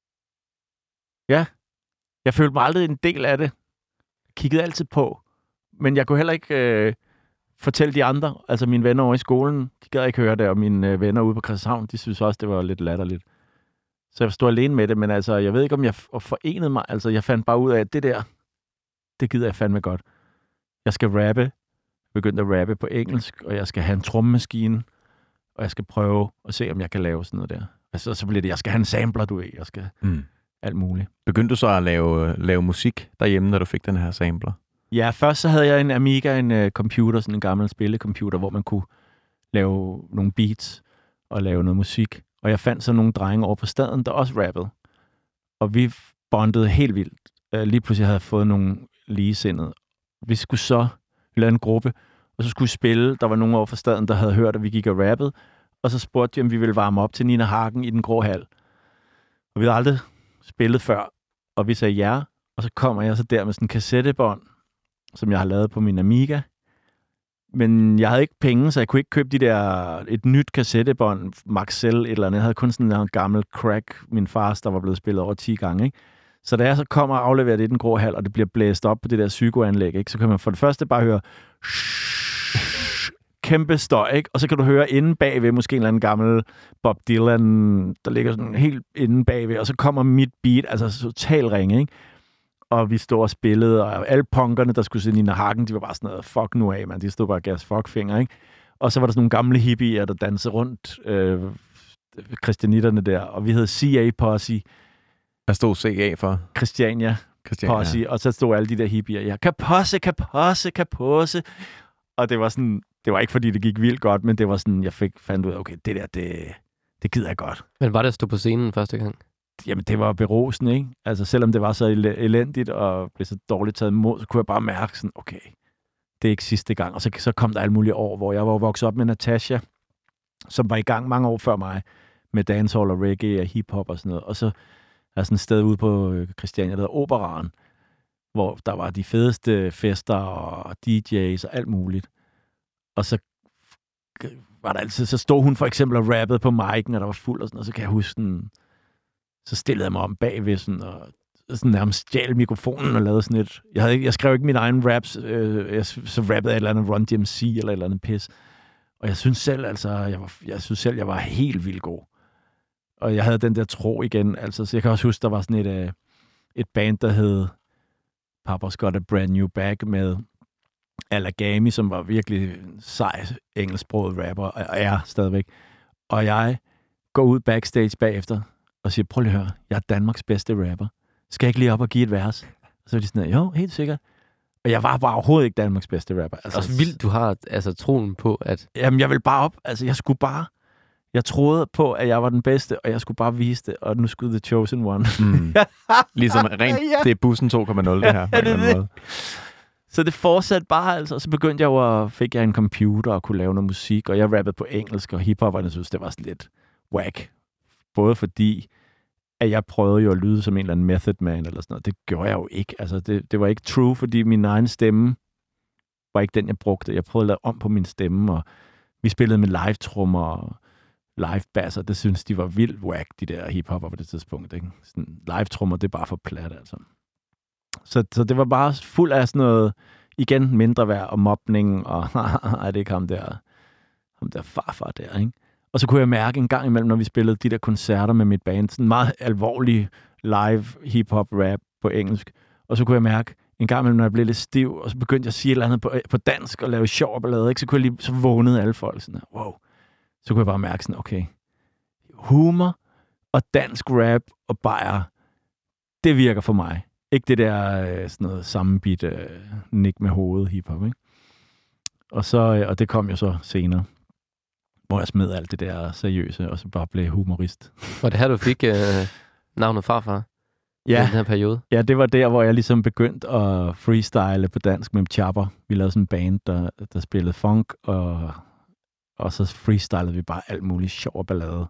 Ja. Jeg følte mig aldrig en del af det. Jeg kiggede altid på. Men jeg kunne heller ikke fortælle de andre, altså mine venner over i skolen, de gad ikke høre det, og mine venner ude på Christianshavn, de synes også, det var lidt latterligt. Så jeg stod alene med det, men altså, jeg ved ikke, om jeg forenede mig. Altså, jeg fandt bare ud af, at det gider jeg fandme godt. Jeg skal rappe. Jeg begyndte at rappe på engelsk, og jeg skal have en trommemaskine, og jeg skal prøve at se, om jeg kan lave sådan noget der. Altså, så bliver det, jeg skal have en sampler, du ved. Jeg skal alt muligt. Begyndte du så at lave musik derhjemme, når du fik den her sampler? Ja, først så havde jeg en Amiga, en computer, sådan en gammel spillecomputer, hvor man kunne lave nogle beats og lave noget musik. Og jeg fandt så nogle drenge over på staden, der også rappede. Og vi bondede helt vildt. Lige pludselig havde jeg fået nogle ligesindede. Vi skulle så lave en gruppe, og så skulle vi spille. Der var nogen over fra staden, der havde hørt, at vi gik og rappede, og så spurgte de, om vi ville varme op til Nina Hagen i den grå hal. Og vi havde aldrig spillet før, og vi sagde ja, og så kommer jeg så der med sådan en kassettebånd, som jeg har lavet på min Amiga. Men jeg havde ikke penge, så jeg kunne ikke købe et nyt kassettebånd, Maxell et eller andet. Jeg havde kun sådan en gammel crack, min fars, der var blevet spillet over 10 gange, ikke? Så da jeg så kommer og afleverer det i den grå hal, og det bliver blæst op på det der psykoanlæg, ikke? Så kan man for det første bare høre kæmpe støj, ikke? Og så kan du høre inde bagved måske en eller anden gammel Bob Dylan, der ligger sådan helt inde bagved, og så kommer mit beat, altså total ringe, ikke? Og vi stod og spillede, og alle punkerne, der skulle se Nina Hagen, de var bare sådan noget, fuck nu af, man. De stod bare og gav os fuckfinger, ikke? Og så var der sådan nogle gamle hippier, der dansede rundt, christianitterne der, og vi hed CA Posse. Hvad stod CA for? Christiania Posse, ja. Og så stod alle de der hippier, ja, kaposse. Og det var sådan, det var ikke fordi, det gik vildt godt, men det var sådan, jeg fandt ud af, okay, det der, det gider jeg godt. Men var det at stå på scenen første gang? Jamen, det var berusende, ikke? Altså, selvom det var så elendigt og blev så dårligt taget imod, så kunne jeg bare mærke sådan, okay, det er ikke sidste gang. Og så kom der alle mulige år, hvor jeg var vokset op med Natasha, som var i gang mange år før mig, med dancehall og reggae og hiphop og sådan noget. Og så er sådan et sted ude på Christiania, der hedder Operaren, hvor der var de fedeste fester og DJ's og alt muligt. Og så var der altid, så stod hun for eksempel og rappede på mic'en, og der var fuld og sådan noget, så kan jeg huske sådan, så stillede jeg mig om bagved sådan, og sådan nærmest stjal mikrofonen og lavede sådan et... Jeg skrev ikke mine egne raps, så rappede jeg et eller andet Run DMC eller et eller andet pis. Og jeg synes selv, jeg var helt vildt god. Og jeg havde den der tro igen, altså, så jeg kan også huske, der var sådan et band, der hed Papa's Got a Brand New Bag med Alagami, som var virkelig sej engelsksproget rapper, og er stadigvæk. Og jeg går ud backstage bagefter, og siger, prøv lige at høre, jeg er Danmarks bedste rapper. Skal jeg ikke lige op og give et vers? Og så er de sådan, jo, helt sikkert. Og jeg var bare overhovedet ikke Danmarks bedste rapper. Altså, også vildt, du har altså troen på, at... Jamen, jeg vil bare op. Altså, jeg troede på, at jeg var den bedste, og jeg skulle bare vise det, og nu skulle The Chosen One. Ligesom rent, det er bussen 2.0, det her. På en eller anden måde. Så det fortsatte bare, altså. Og så begyndte fik jeg en computer og kunne lave noget musik, og jeg rappede på engelsk, og hiphop, og jeg synes, det var sådan lidt whack. Både fordi, at jeg prøvede jo at lyde som en eller anden method man, eller sådan noget. Det gjorde jeg jo ikke. Altså, det var ikke true, fordi min egen stemme var ikke den, jeg brugte. Jeg prøvede at lave om på min stemme, og vi spillede med live-trummer og live-basser. Det synes de var vildt whack, de der hiphopper på det tidspunkt. Ikke? Sådan, live-trummer, det er bare for plat, altså. Så det var bare fuld af sådan noget, igen, mindre værd og mobning, og det er ikke ham der farfar der, ikke? Og så kunne jeg mærke en gang imellem, når vi spillede de der koncerter med mit band, sådan meget alvorlig live hip-hop-rap på engelsk. Og så kunne jeg mærke en gang imellem, når jeg blev lidt stiv, og så begyndte jeg at sige et eller andet på dansk og lave sjov og ballade, ikke? Så vågnede alle folk sådan, wow. Så kunne jeg bare mærke sådan, okay, humor og dansk rap og bajer, det virker for mig. Ikke det der sådan noget sammenbidt nik med hovedet hiphop, ikke? Og det kom jo så senere, hvor jeg smed alt det der seriøse, og så bare blev humorist. Var det her, du fik navnet farfar? Ja. I den her periode? Ja, det var der, hvor jeg ligesom begyndte at freestyle på dansk med Chopper. Vi lavede sådan en band, der spillede funk, og så freestylede vi bare alt muligt sjov og ballade.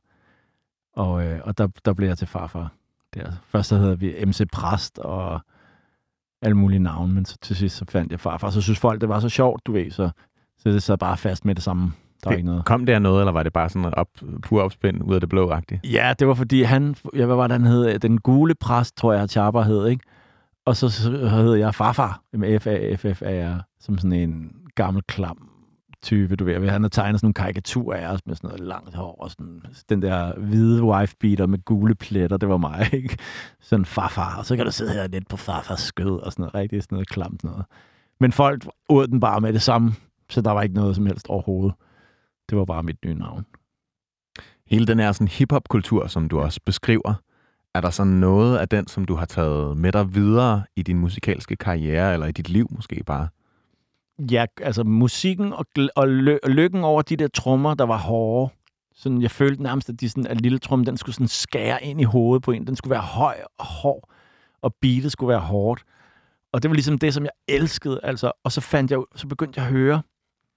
Og der blev jeg til farfar. Der. Først så hedder vi MC Præst og alle mulige navne, men så til sidst så fandt jeg farfar. Så synes folk, det var så sjort, du ved, så det sad bare fast med det samme. Der var ikke noget. Kom der noget, eller var det bare sådan pur opspind ud af det blå-agtigt? Ja, det var fordi hvad var det, han hed? Den gule præst, tror jeg, Chapa hed, ikke? Og så hed jeg farfar, med F-A-F-F-A-R, som sådan en gammel klam type, du ved. Han havde tegnet sådan en karikatur af os med sådan noget langt hår, og sådan den der hvide wife-beater med gule pletter, det var mig, ikke? Sådan farfar, og så kan du sidde her lidt på farfars skød, og sådan noget, rigtig sådan noget klamt noget. Men folk åd den bare med det samme, så der var ikke noget som helst overhovedet. Det var bare mit nye navn. Hele den her sådan hip-hop-kultur, som du også beskriver, er der sådan noget af den, som du har taget med dig videre i din musikalske karriere, eller i dit liv måske bare? Ja, altså musikken og lykken over de der trommer, der var hårde. Sådan, jeg følte nærmest, at lille tromme, den skulle sådan skære ind i hovedet på en. Den skulle være høj og hård, og beatet skulle være hårdt. Og det var ligesom det, som jeg elskede. Altså. Og så begyndte jeg at høre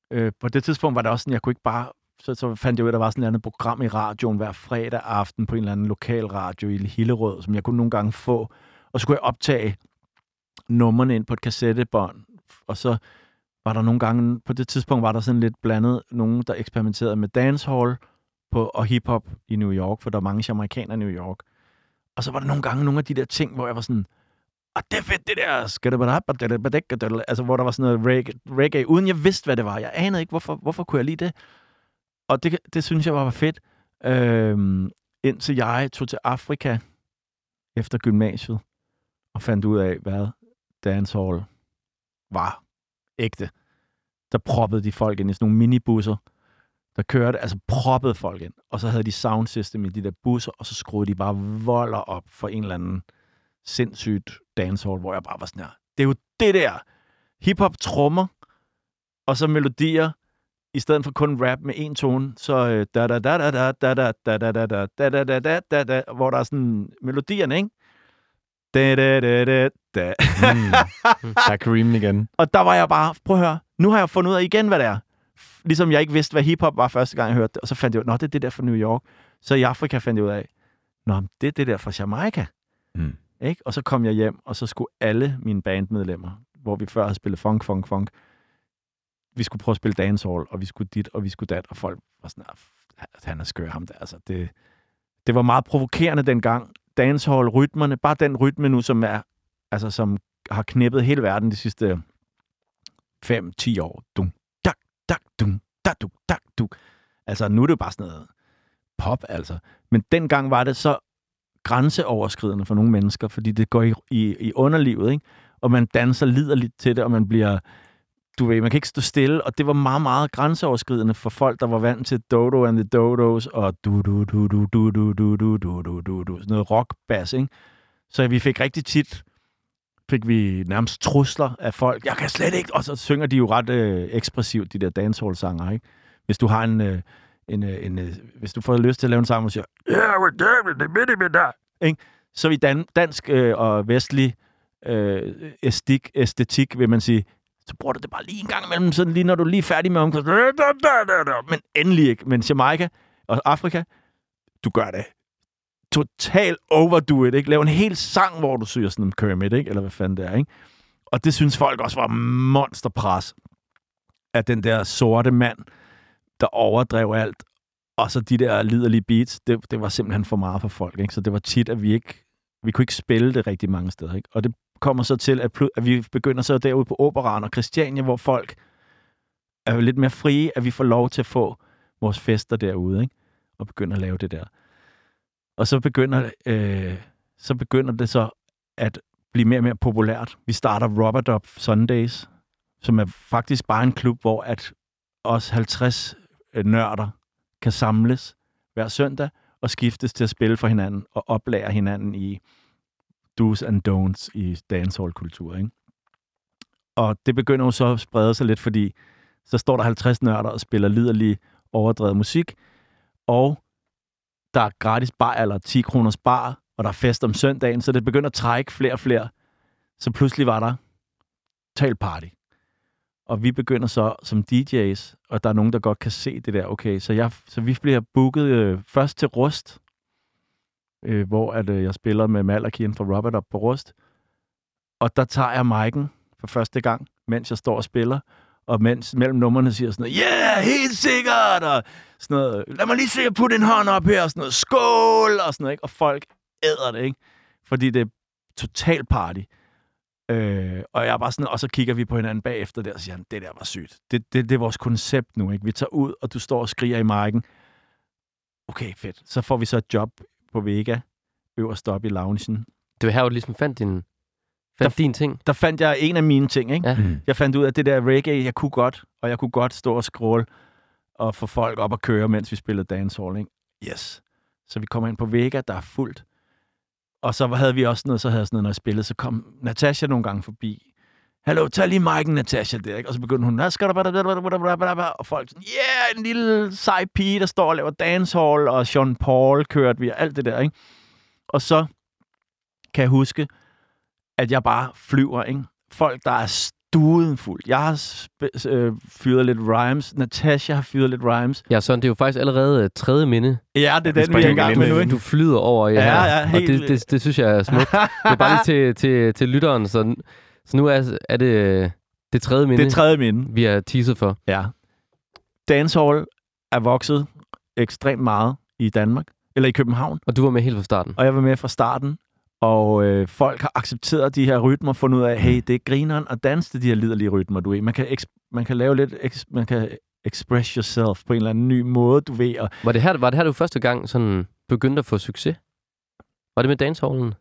På det tidspunkt var det også sådan, jeg kunne ikke bare... Så fandt jeg ud af, at der var sådan et andet program i radioen hver fredag aften på en eller anden lokal radio i Hillerød, som jeg kunne nogle gange få. Og så kunne jeg optage numrene ind på et kassettebånd. Og så var der nogle gange... På det tidspunkt var der sådan lidt blandet nogen, der eksperimenterede med dancehall og hiphop i New York, for der var mange jamaikanere i New York. Og så var der nogle gange nogle af de der ting, hvor jeg var sådan... det er fedt, det der... Altså, hvor der var sådan noget reggae, uden jeg vidste, hvad det var. Jeg anede ikke, hvorfor kunne jeg lide det. Og det synes jeg var fedt. Indtil jeg tog til Afrika efter gymnasiet og fandt ud af, hvad dancehall var ægte. Der proppede de folk ind i sådan nogle minibusser, der kørte, altså proppede folk ind. Og så havde de soundsystem i de der busser, og så skruede de bare volder op for en eller anden sindssygt dancehall, hvor jeg bare var sådan her. Det er jo det der. Hip-hop trommer, og så melodier, i stedet for kun rap med en tone, så hvor der er sådan melodierne, ikke? Der er Kareem igen. Og der var jeg bare, prøv at høre, nu har jeg fundet ud af igen, hvad det er. Ligesom jeg ikke vidste, hvad hiphop var første gang, jeg hørte det. Og så fandt jeg ud af, det er det der fra New York. Så i Afrika fandt jeg ud af, det er det der fra Jamaica. Ikke? Og så kom jeg hjem, og så skulle alle mine bandmedlemmer, hvor vi før havde spillet funk, vi skulle prøve at spille dancehall, og vi skulle dit, og vi skulle dat, og folk var sådan, han er skør ham der. Altså, det var meget provokerende dengang. Dancehall-rytmerne, bare den rytme nu, som er, altså, som har knippet hele verden de sidste 5-10 år. Dum, dak, dak, dum, dak, dak, duk. Altså, nu er det bare sådan noget pop, altså. Men dengang var det så grænseoverskridende for nogle mennesker, fordi det går i underlivet, ikke? Og man danser liderligt til det, og man bliver... Du ved, man kan ikke stå stille, og det var meget, meget grænseoverskridende for folk, der var vant til Dodo and the Dodos, og sådan noget rockbass, ikke? Så vi fik rigtig tit, nærmest trusler af folk, jeg kan slet ikke, og så synger de jo ret ekspressivt, de der dancehall-sanger, ikke? Hvis du har hvis du får lyst til at lave en sang, og siger, ikke? Så i dansk og vestlig æstetik, vil man sige, så bruger du det bare lige en gang imellem, sådan lige når du er lige færdig med omkring. Men endelig ikke. Men Jamaica og Afrika, du gør det totalt overdo it, ikke? Lav en hel sang, hvor du synger sådan en Kermit, ikke? Eller hvad fanden det er, ikke? Og det synes folk også var monsterpres af den der sorte mand, der overdrev alt. Og så de der liderlige beats, det var simpelthen for meget for folk, ikke? Så det var tit, at vi kunne ikke spille det rigtig mange steder, ikke? Og det kommer så til, at vi begynder så derude på Operaen og Christiania, hvor folk er jo lidt mere frie, at vi får lov til at få vores fester derude, ikke? Og begynder at lave det der. Og så begynder det så at blive mere og mere populært. Vi starter Rubber Dub Sundays, som er faktisk bare en klub, hvor at os 50 nørder kan samles hver søndag og skiftes til at spille for hinanden og oplære hinanden i do's and don'ts i dancehall-kultur, ikke? Og det begynder jo så at sprede sig lidt, fordi så står der 50 nørder og spiller liderlig overdrevet musik, og der er gratis bar eller 10 kroners bar, og der er fest om søndagen, så det begynder at trække flere og flere. Så pludselig var der total party. Og vi begynder så som DJ's, og der er nogen, der godt kan se det der. Okay, så vi bliver booket først til Rust, hvor jeg spiller med Malakien fra Robert op på Rust. Og der tager jeg mic'en for første gang, mens jeg står og spiller. Og mens mellem numrene siger sådan noget, yeah, helt sikkert! Og sådan noget, lad mig lige se at putte en hånd op her, og sådan noget, skål! Og sådan noget, ikke? Og folk æder det, ikke? Fordi det er total party. Og jeg er bare sådan, og så kigger vi på hinanden bagefter der, og siger, det der var sygt. Det er vores koncept nu, ikke? Vi tager ud, og du står og skriger i mic'en. Okay, fedt. Så får vi så et job på Vega, øverst op i loungen. Det var her, du ligesom fandt din ting. Der fandt jeg en af mine ting, ikke? Ja. Jeg fandt ud af, at det der reggae, jeg kunne godt stå og scrolle og få folk op og køre, mens vi spillede dancehall, ikke? Yes. Så vi kommer ind på Vega, der er fuldt. Og så havde vi også noget, når jeg spillede, så kom Natasha nogle gange forbi. Hallo, tag lige mic'en, Natasha, der, ikke? Og så begyndte hun, og folk sådan, yeah, en lille sej pige, der står og laver dancehall, og Sean Paul kørte vi, og alt det der, ikke? Og så kan jeg huske, at jeg bare flyver, ikke? Folk, der er duden fuld. Jeg har fyret lidt rhymes. Natasha har fyret lidt rhymes. Ja, Søren, det er jo faktisk allerede tredje minde. Ja, det er den, vi er i gang med nu, ikke? Du flyder over her. Ja, helt... Og det synes jeg er smukt. Det er bare lige til lytteren. Så nu er det tredje minde. Det er tredje minde. Vi er teaset for. Ja. Dancehall er vokset ekstremt meget i Danmark. Eller i København. Og du var med helt fra starten. Og jeg var med fra starten. Og folk har accepteret de her rytmer, fundet ud af, hey, det er grineren at danse til de her liderlige rytmer, du ved. Man kan lave lidt, man kan express yourself på en eller anden ny måde, du ved. Og var det her, du første gang sådan begyndte at få succes? Var det med dancehallen?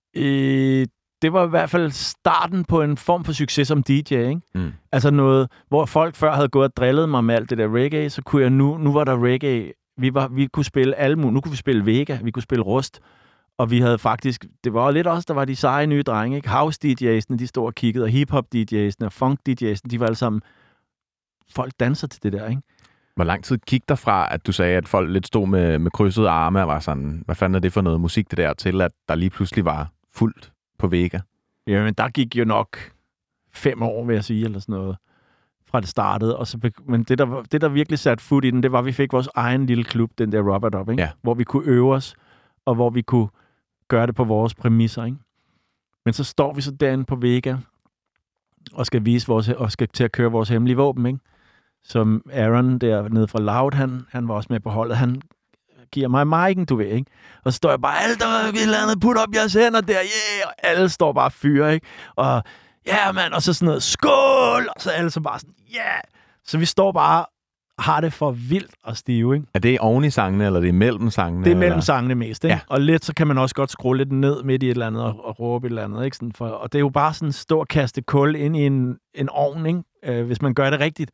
Det var i hvert fald starten på en form for succes som DJ, ikke? Mm. Altså noget, hvor folk før havde gået og drillet mig med alt det der reggae, så kunne jeg nu var der reggae. Vi kunne spille almu, nu kunne vi spille Vega, vi kunne spille Rust. Og vi havde faktisk, det var lidt også, der var de seje nye drenge, ikke? House DJ's'ene, de stod og kiggede, og hip-hop DJ's'ene, og funk DJ's'ene, de var alle sammen, folk danser til det der, ikke? Hvor lang tid gik der fra, at du sagde, at folk lidt stod med krydsede arme og var sådan, hvad fanden er det for noget musik, det der, til at der lige pludselig var fuldt på Vega? Jamen, der gik jo nok 5 år, vil jeg sige, eller sådan noget, fra det startede. Og så, men det, der virkelig satte fod i den, det var, at vi fik vores egen lille klub, den der Rub It Up, ikke? Ja. Hvor vi kunne øve os, og hvor vi kunne gøre det på vores præmisser, ikke? Men så står vi så derinde på Vega og skal vise og skal til at køre vores hemmelige våben, ikke? Som Aaron der nede fra Loud, han var også med på holdet. Han giver mig mic'en, du ved, ikke? Og så står jeg bare, alt der er et eller andet, put op jeres hænder der, yeah! Og alle står bare og fyrer, ikke? Og ja, mand, og så sådan noget, skål! Og så alle så bare sådan, yeah! Så vi står bare har det for vildt og stive, ikke? Er det oven i sangene, eller det er mellem sangene? Det er mellem sangene mest, ikke? Ja. Og lidt, så kan man også godt skrue lidt ned midt i et eller andet og råbe et eller andet, ikke? Sådan og det er jo bare sådan stå og kaste kul ind i en ovn, ikke? Hvis man gør det rigtigt.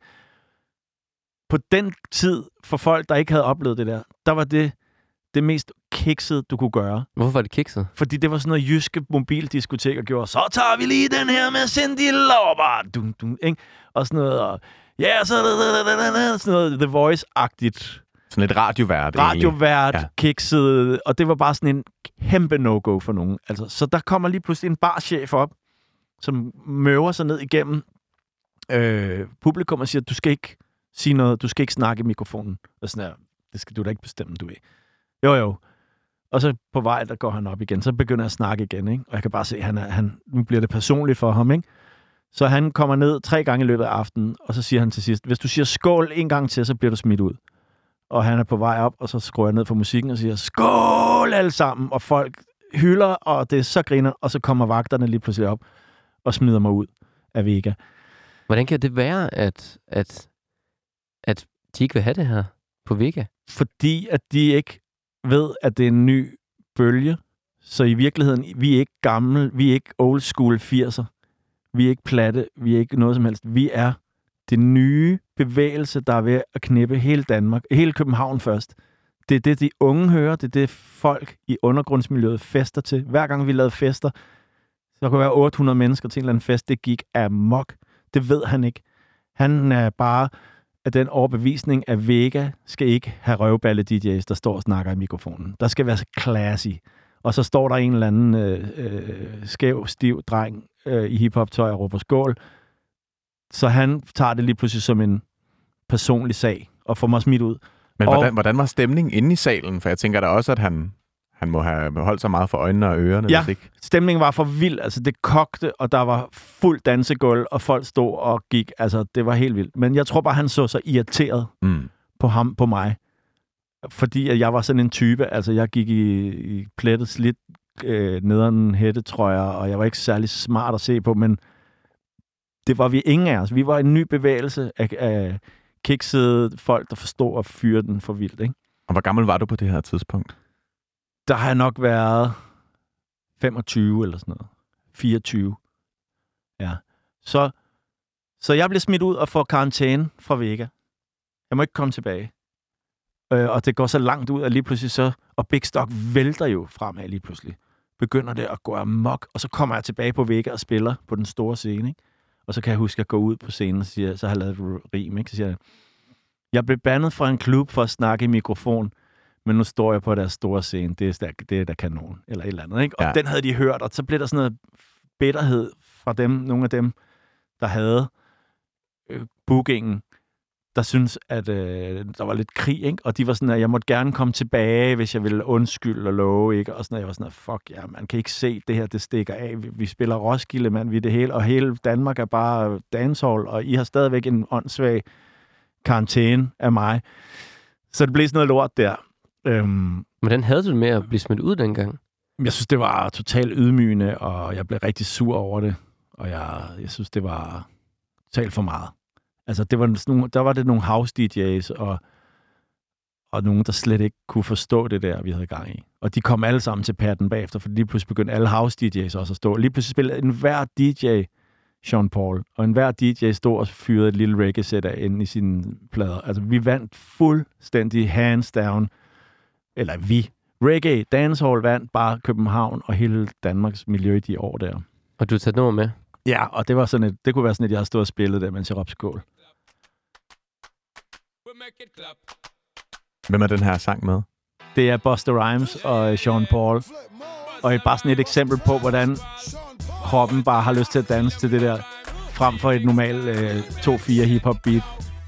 På den tid, for folk, der ikke havde oplevet det der var det mest kiksede, du kunne gøre. Hvorfor var det kikset? Fordi det var sådan noget jyske mobildiskoteker gjorde. Så tager vi lige den her med Cindy Lauper, ikke? Og sådan noget, og ja, så sådan noget The Voice-agtigt. Sådan lidt radiovært. Radiovært, ja. Kikset, og det var bare sådan en kæmpe no-go for nogen. Altså, så der kommer lige pludselig en barchef op, som møver sig ned igennem publikum og siger, du skal ikke sige noget, du skal ikke snakke i mikrofonen. Og sådan her, det skal du da ikke bestemme, du ved. Jo. Og så på vej, der går han op igen. Så begynder jeg at snakke igen, ikke? Og jeg kan bare se, nu bliver det personligt for ham, ikke? Så han kommer ned 3 gange i løbet af aftenen, og så siger han til sidst, hvis du siger skål 1 gang til, så bliver du smidt ud. Og han er på vej op, og så skruer jeg ned for musikken og siger, skål alle sammen, og folk hylder, og det er så griner, og så kommer vagterne lige pludselig op og smider mig ud af Vega. Hvordan kan det være, at de ikke vil have det her på Vega? Fordi at de ikke ved, at det er en ny bølge. Så i virkeligheden, vi er ikke gamle, vi er ikke old school 80'er. Vi er ikke platte, vi er ikke noget som helst. Vi er det nye bevægelse, der er ved at knippe hele Danmark, hele København først. Det er det, de unge hører, det er det, folk i undergrundsmiljøet fester til. Hver gang vi lavede fester, så kunne være 800 mennesker til en eller anden fest, det gik amok. Det ved han ikke. Han er bare af den overbevisning, at Vega skal ikke have røvballe-DJ's, der står og snakker i mikrofonen. Der skal være classy. Og så står der en eller anden skæv, stiv dreng i hiphop-tøj og råber skål. Så han tager det lige pludselig som en personlig sag og får mig smidt ud. Men hvordan var stemningen inde i salen? For jeg tænker da også, at han må have holdt sig meget for øjnene og ørerne. Ja, hvis ikke. Stemningen var for vild. Altså, det kogte, og der var fuld dansegulv, og folk stod og gik. Altså, det var helt vildt. Men jeg tror bare, han så sig irriteret på mig. Fordi at jeg var sådan en type. Altså, jeg gik i plettet slidt nederen hættetrøjer, og jeg var ikke særlig smart at se på, men det var vi ingen af os. Vi var en ny bevægelse af kiksede folk, der forstod at fyre den for vildt, ikke? Og hvor gammel var du på det her tidspunkt? Der har jeg nok været 25 eller sådan noget. 24. Ja. Så jeg blev smidt ud og får karantæne fra Vega. Jeg må ikke komme tilbage. Og det går så langt ud, at lige pludselig så... Og Big Stock vælter jo fremad lige pludselig. Begynder det at gå amok, og så kommer jeg tilbage på Vega og spiller på den store scene, ikke? Og så kan jeg huske at gå ud på scenen og sige, så har jeg lavet et rim, ikke? Så siger jeg blev bandet fra en klub for at snakke i mikrofon, men nu står jeg på deres store scene. Det er der kanon, eller et eller andet, ikke? Og den havde de hørt, og så blev der sådan noget bitterhed fra dem, nogle af dem, der havde bookingen, der synes at der var lidt krig, ikke? Og de var sådan, at jeg måtte gerne komme tilbage, hvis jeg ville undskylde og love, ikke? Og sådan, jeg var sådan, at fuck ja, man kan ikke se det her, det stikker af. Vi spiller Roskilde, mand, vi er det hele, og hele Danmark er bare dancehall, og I har stadigvæk en åndssvag karantæne af mig. Så det blev sådan noget lort der. Hvordan havde du det med at blive smidt ud dengang? Jeg synes, det var totalt ydmygende, og jeg blev rigtig sur over det. Og jeg synes, det var totalt for meget. Altså, der var det nogle house DJ's, og nogen, der slet ikke kunne forstå det der, vi havde gang i. Og de kom alle sammen til patten bagefter, for lige pludselig begyndte alle house DJ's også at stå. Lige pludselig spillede enhver DJ Sean Paul, og enhver DJ stod og fyrede et lille reggae-sæt af inde i sine plader. Altså, vi vandt fuldstændig hands down, eller vi. Reggae, dancehall vandt bare København og hele Danmarks miljø i de år der. Og du har taget nummer med? Ja, og det var sådan det kunne være sådan, at jeg havde stået og spillet der, mens jeg råbte skål. Hvem er den her sang med? Det er Busta Rhymes og Sean Paul. Og bare sådan et eksempel på, hvordan kroppen bare har lyst til at danse til det der, frem for et normalt 2-4 hip-hop beat.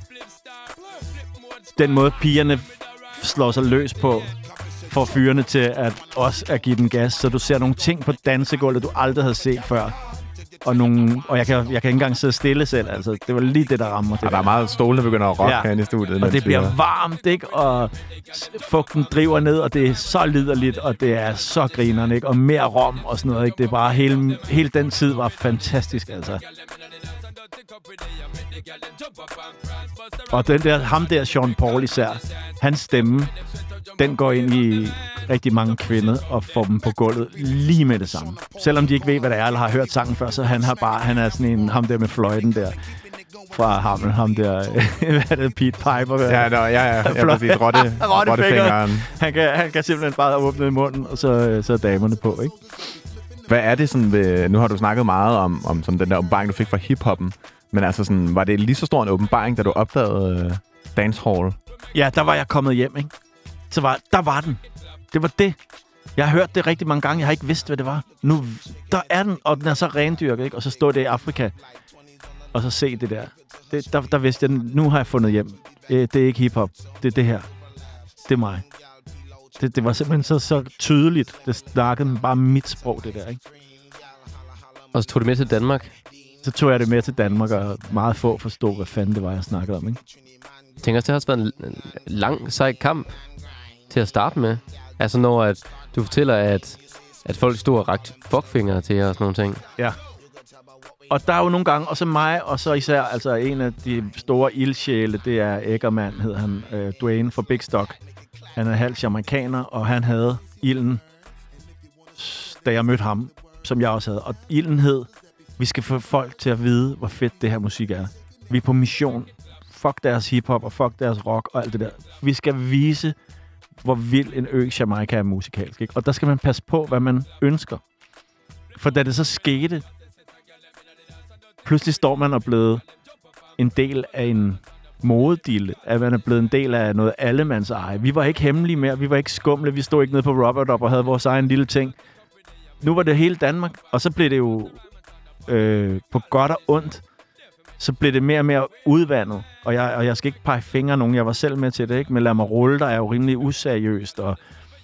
Den måde pigerne slår sig løs på, får fyrene til at også at give den gas, så du ser nogle ting på dansegulvet, du aldrig havde set før. Og jeg kan ikke engang sidde stille selv. Altså, det var lige det, der rammer. Og der er meget stole, der begynder at rocke herinde i studiet. Og det bliver varmt, ikke? Og fugten driver ned, og det er så liderligt, og det er så grinerne, ikke? Og mere rom og sådan noget, ikke? Det er bare hele den tid var fantastisk, altså. Og ham der, Sean Paul især, hans stemme, den går ind i rigtig mange kvinder og får dem på gulvet lige med det samme. Selvom de ikke ved, hvad det er, eller har hørt sangen før, så han er sådan en, ham der med fløjten der, fra Hammel, ham der, hvad er det, Pete Piper? Ja, præcis, rottefingeren. Han kan simpelthen bare åbne munden, og så er damerne på, ikke? Hvad er det sådan ved, nu har du snakket meget om sådan den der åbenbaring, du fik fra hiphoppen, men altså sådan, var det lige så stor en åbenbaring, da du opdagede dancehall? Ja, der var jeg kommet hjem, ikke? Der var den. Det var det. Jeg har hørt det rigtig mange gange. Jeg har ikke vidst, hvad det var. Nu, der er den, og den er så rendyrket, ikke? Og så står det i Afrika, og så se det der. Der vidste jeg, nu har jeg fundet hjem. Det er ikke hiphop. Det er det her. Det er mig. Det var simpelthen så tydeligt. Det snakkede bare mit sprog, det der, ikke? Og så tog det med til Danmark? Så tog jeg det med til Danmark, og meget få forstod, hvad fanden det var, jeg snakkede om, ikke? Jeg tænker også, det har også været en lang, sej kamp til at starte med. Altså når at du fortæller, at folk stod og rakte fuckfingre til jer og sådan nogle ting. Ja. Og der er jo nogle gange, og så mig, og så især altså en af de store ildsjæle, det er Eggerman, hedder han, Dwayne fra Big Stock. Han er halvt jamaikaner, og han havde ilden, da jeg mødte ham, som jeg også havde. Og ilden hed, vi skal få folk til at vide, hvor fedt det her musik er. Vi er på mission. Fuck deres hiphop, og fuck deres rock, og alt det der. Vi skal vise, hvor vild en ø Jamaica er musikalsk, ikke? Og der skal man passe på, hvad man ønsker. For da det så skete, pludselig står man og blevet en del af en modedille, at man er blevet en del af noget allemands eje. Vi var ikke hemmelige mere, vi var ikke skumle, vi stod ikke nede på Robert og havde vores egen lille ting. Nu var det hele Danmark, og så blev det jo på godt og ondt, så blev det mere og mere udvandet. Og jeg skal ikke pege fingre nogen, jeg var selv med til det, ikke? Men Lad mig rulle, der er jo rimelig useriøst, og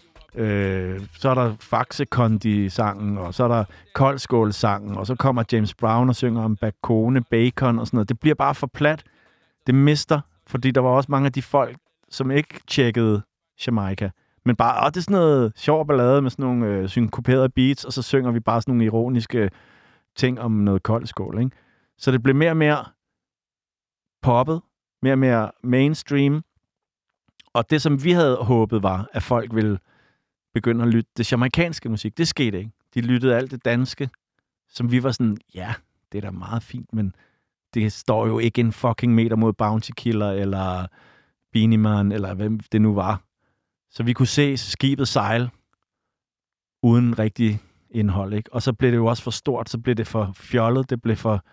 så er der Faxe-Kondi-sangen, og så er der Koldskål-sangen, og så kommer James Brown og synger om Bakone, Bacon og sådan noget. Det bliver bare for plat. Det mister, fordi der var også mange af de folk, som ikke tjekkede Jamaica. Men bare, det er sådan noget sjov ballade med sådan nogle synkoperede beats, og så synger vi bare sådan nogle ironiske ting om noget koldskål, ikke? Så det blev mere og mere poppet, mere og mere mainstream. Og det, som vi havde håbet, var, at folk ville begynde at lytte det jamaikanske musik. Det skete ikke. De lyttede alt det danske, som vi var sådan, ja, det er da meget fint, men det står jo ikke en fucking meter mod Bounty Killer, eller Beanie Man, eller hvem det nu var. Så vi kunne se skibet sejle, uden rigtig indhold, ikke? Og så blev det jo også for stort, så blev det for fjollet, det blev for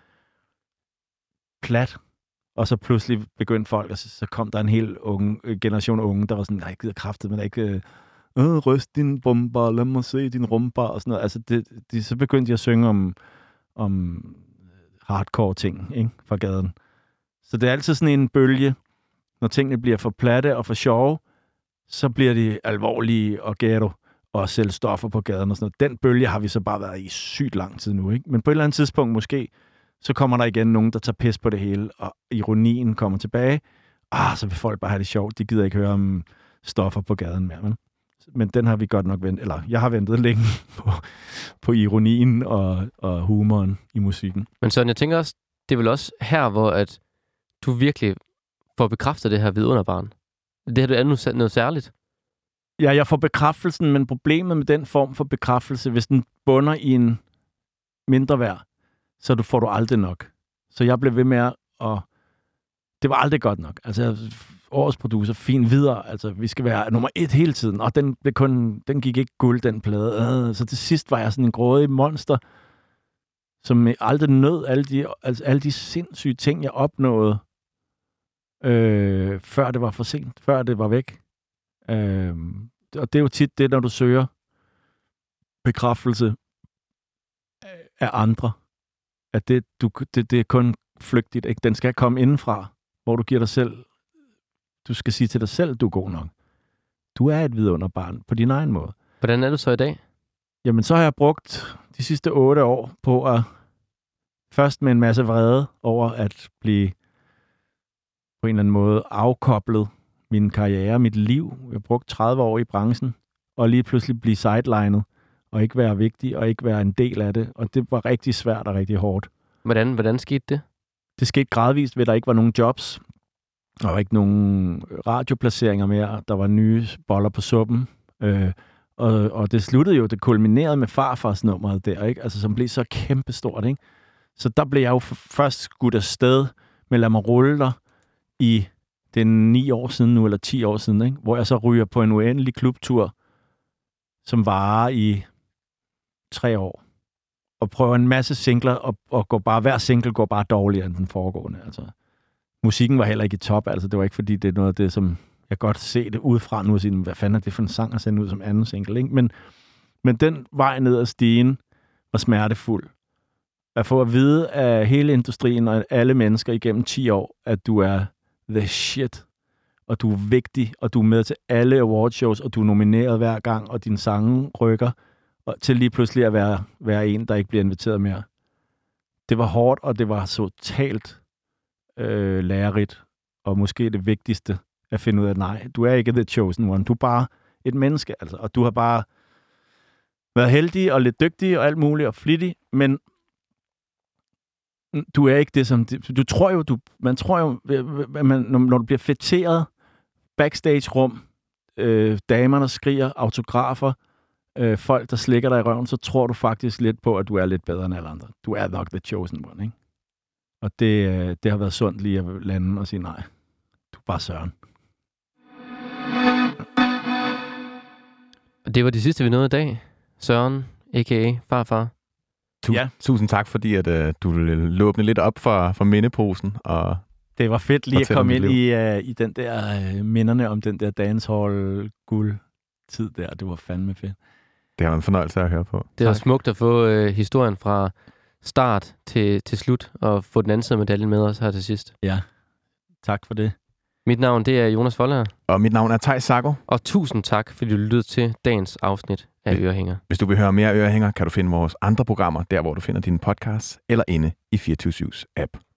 plat. Og så pludselig begyndte folk, og så kom der en hel generation unge, der var sådan, nej, jeg gider kraftet, men ikke ryst din bomber, lad mig se din rumbar, og sådan noget. Altså, så begyndte de at synge om hardcore ting, ikke? Fra gaden. Så det er altid sådan en bølge. Når tingene bliver for platte og for sjove, så bliver de alvorlige og ghetto og sælge stoffer på gaden og sådan noget. Den bølge har vi så bare været i sygt lang tid nu, ikke? Men på et eller andet tidspunkt måske, så kommer der igen nogen, der tager pis på det hele, og ironien kommer tilbage. Så vil folk bare have det sjovt. De gider ikke høre om stoffer på gaden mere, men den har vi godt nok ventet, eller jeg har ventet længe på ironien og humoren i musikken. Men Søren, jeg tænker også, det er vel også her, hvor at du virkelig får bekræftet det her vidunderbarn. Det her er noget særligt. Ja, jeg får bekræftelsen, men problemet med den form for bekræftelse, hvis den bunder i en mindre værd, så får du aldrig nok. Så jeg blev ved med at... Det var aldrig godt nok. Altså, årets producer, fin videre. Altså, vi skal være nummer 1 hele tiden. Og den gik ikke guld, den plade. Så til sidst var jeg sådan en grådig monster, som aldrig nød alle de sindssyge ting, jeg opnåede, før det var for sent. Før det var væk. Og det er jo tit det, når du søger bekræftelse af andre. At det er kun flygtigt. Ikke? Den skal komme indenfra, hvor du giver dig selv. Du skal sige til dig selv, du er god nok. Du er et vidunderbarn på din egen måde. Hvordan er du så i dag? Jamen, så har jeg brugt de sidste 8 år på at først med en masse vrede over at blive på en eller anden måde afkoblet min karriere, mit liv. Jeg har brugt 30 år i branchen, og lige pludselig blive sidelined, og ikke være vigtig, og ikke være en del af det. Og det var rigtig svært og rigtig hårdt. Hvordan skete det? Det skete gradvist ved, at der ikke var nogen jobs. Der var ikke nogen radioplaceringer mere. Der var nye boller på suppen. Og det sluttede jo, det kulminerede med farfarsnummeret der, ikke? Altså, som blev så kæmpestort, ikke? Så der blev jeg jo først skudt afsted med Lad mig rulle dig i den 9 år siden nu, eller 10 år siden, ikke? Hvor jeg så ryger på en uendelig klubtur, som varer i 3 år. Og prøver en masse singler, og hver single går bare dårligere end den foregående. Altså, musikken var heller ikke i top, altså det var ikke fordi, det er noget af det, som jeg godt se det udefra nu og sige, hvad fanden er det for en sang at sende ud som anden single, ikke? Men den vej ned ad stigen var smertefuld. At få at vide af hele industrien og alle mennesker igennem 10 år, at du er the shit, og du er vigtig, og du er med til alle awardshows, og du er nomineret hver gang, og dine sange rykker, og til lige pludselig at være en, der ikke bliver inviteret mere. Det var hårdt, og det var totalt lærerigt, og måske det vigtigste at finde ud af, nej, du er ikke the chosen one, du er bare et menneske, altså, og du har bare været heldig og lidt dygtig og alt muligt og flittig, men du er ikke det, som... Du tror jo, man tror jo, når du bliver fætteret, backstage-rum, damerne skriger, autografer, folk, der slikker dig i røven, så tror du faktisk lidt på, at du er lidt bedre end alle andre. Du er nok the chosen one, ikke? Og det har været sundt lige at lande og sige, nej, du er bare Søren. Og det var det sidste, vi nåede i dag. Søren, a.k.a. farfar. Tusind tak, fordi at, du åbne lidt op for mindeposen. Og det var fedt lige at komme ind i den der minderne om den der dancehall-guld-tid der. Det var fandme fedt. Det har været en fornøjelse at høre på. Det var smukt at få historien fra start til slut, og få den anden side af medaljen med os her til sidst. Ja, tak for det. Mit navn, det er Jonas Foldager. Og mit navn er Theis Sago. Og tusind tak, fordi du lyttede til dagens afsnit af Ørehænger. Hvis du vil høre mere Ørehænger, kan du finde vores andre programmer, der hvor du finder dine podcasts, eller inde i 24syvs app.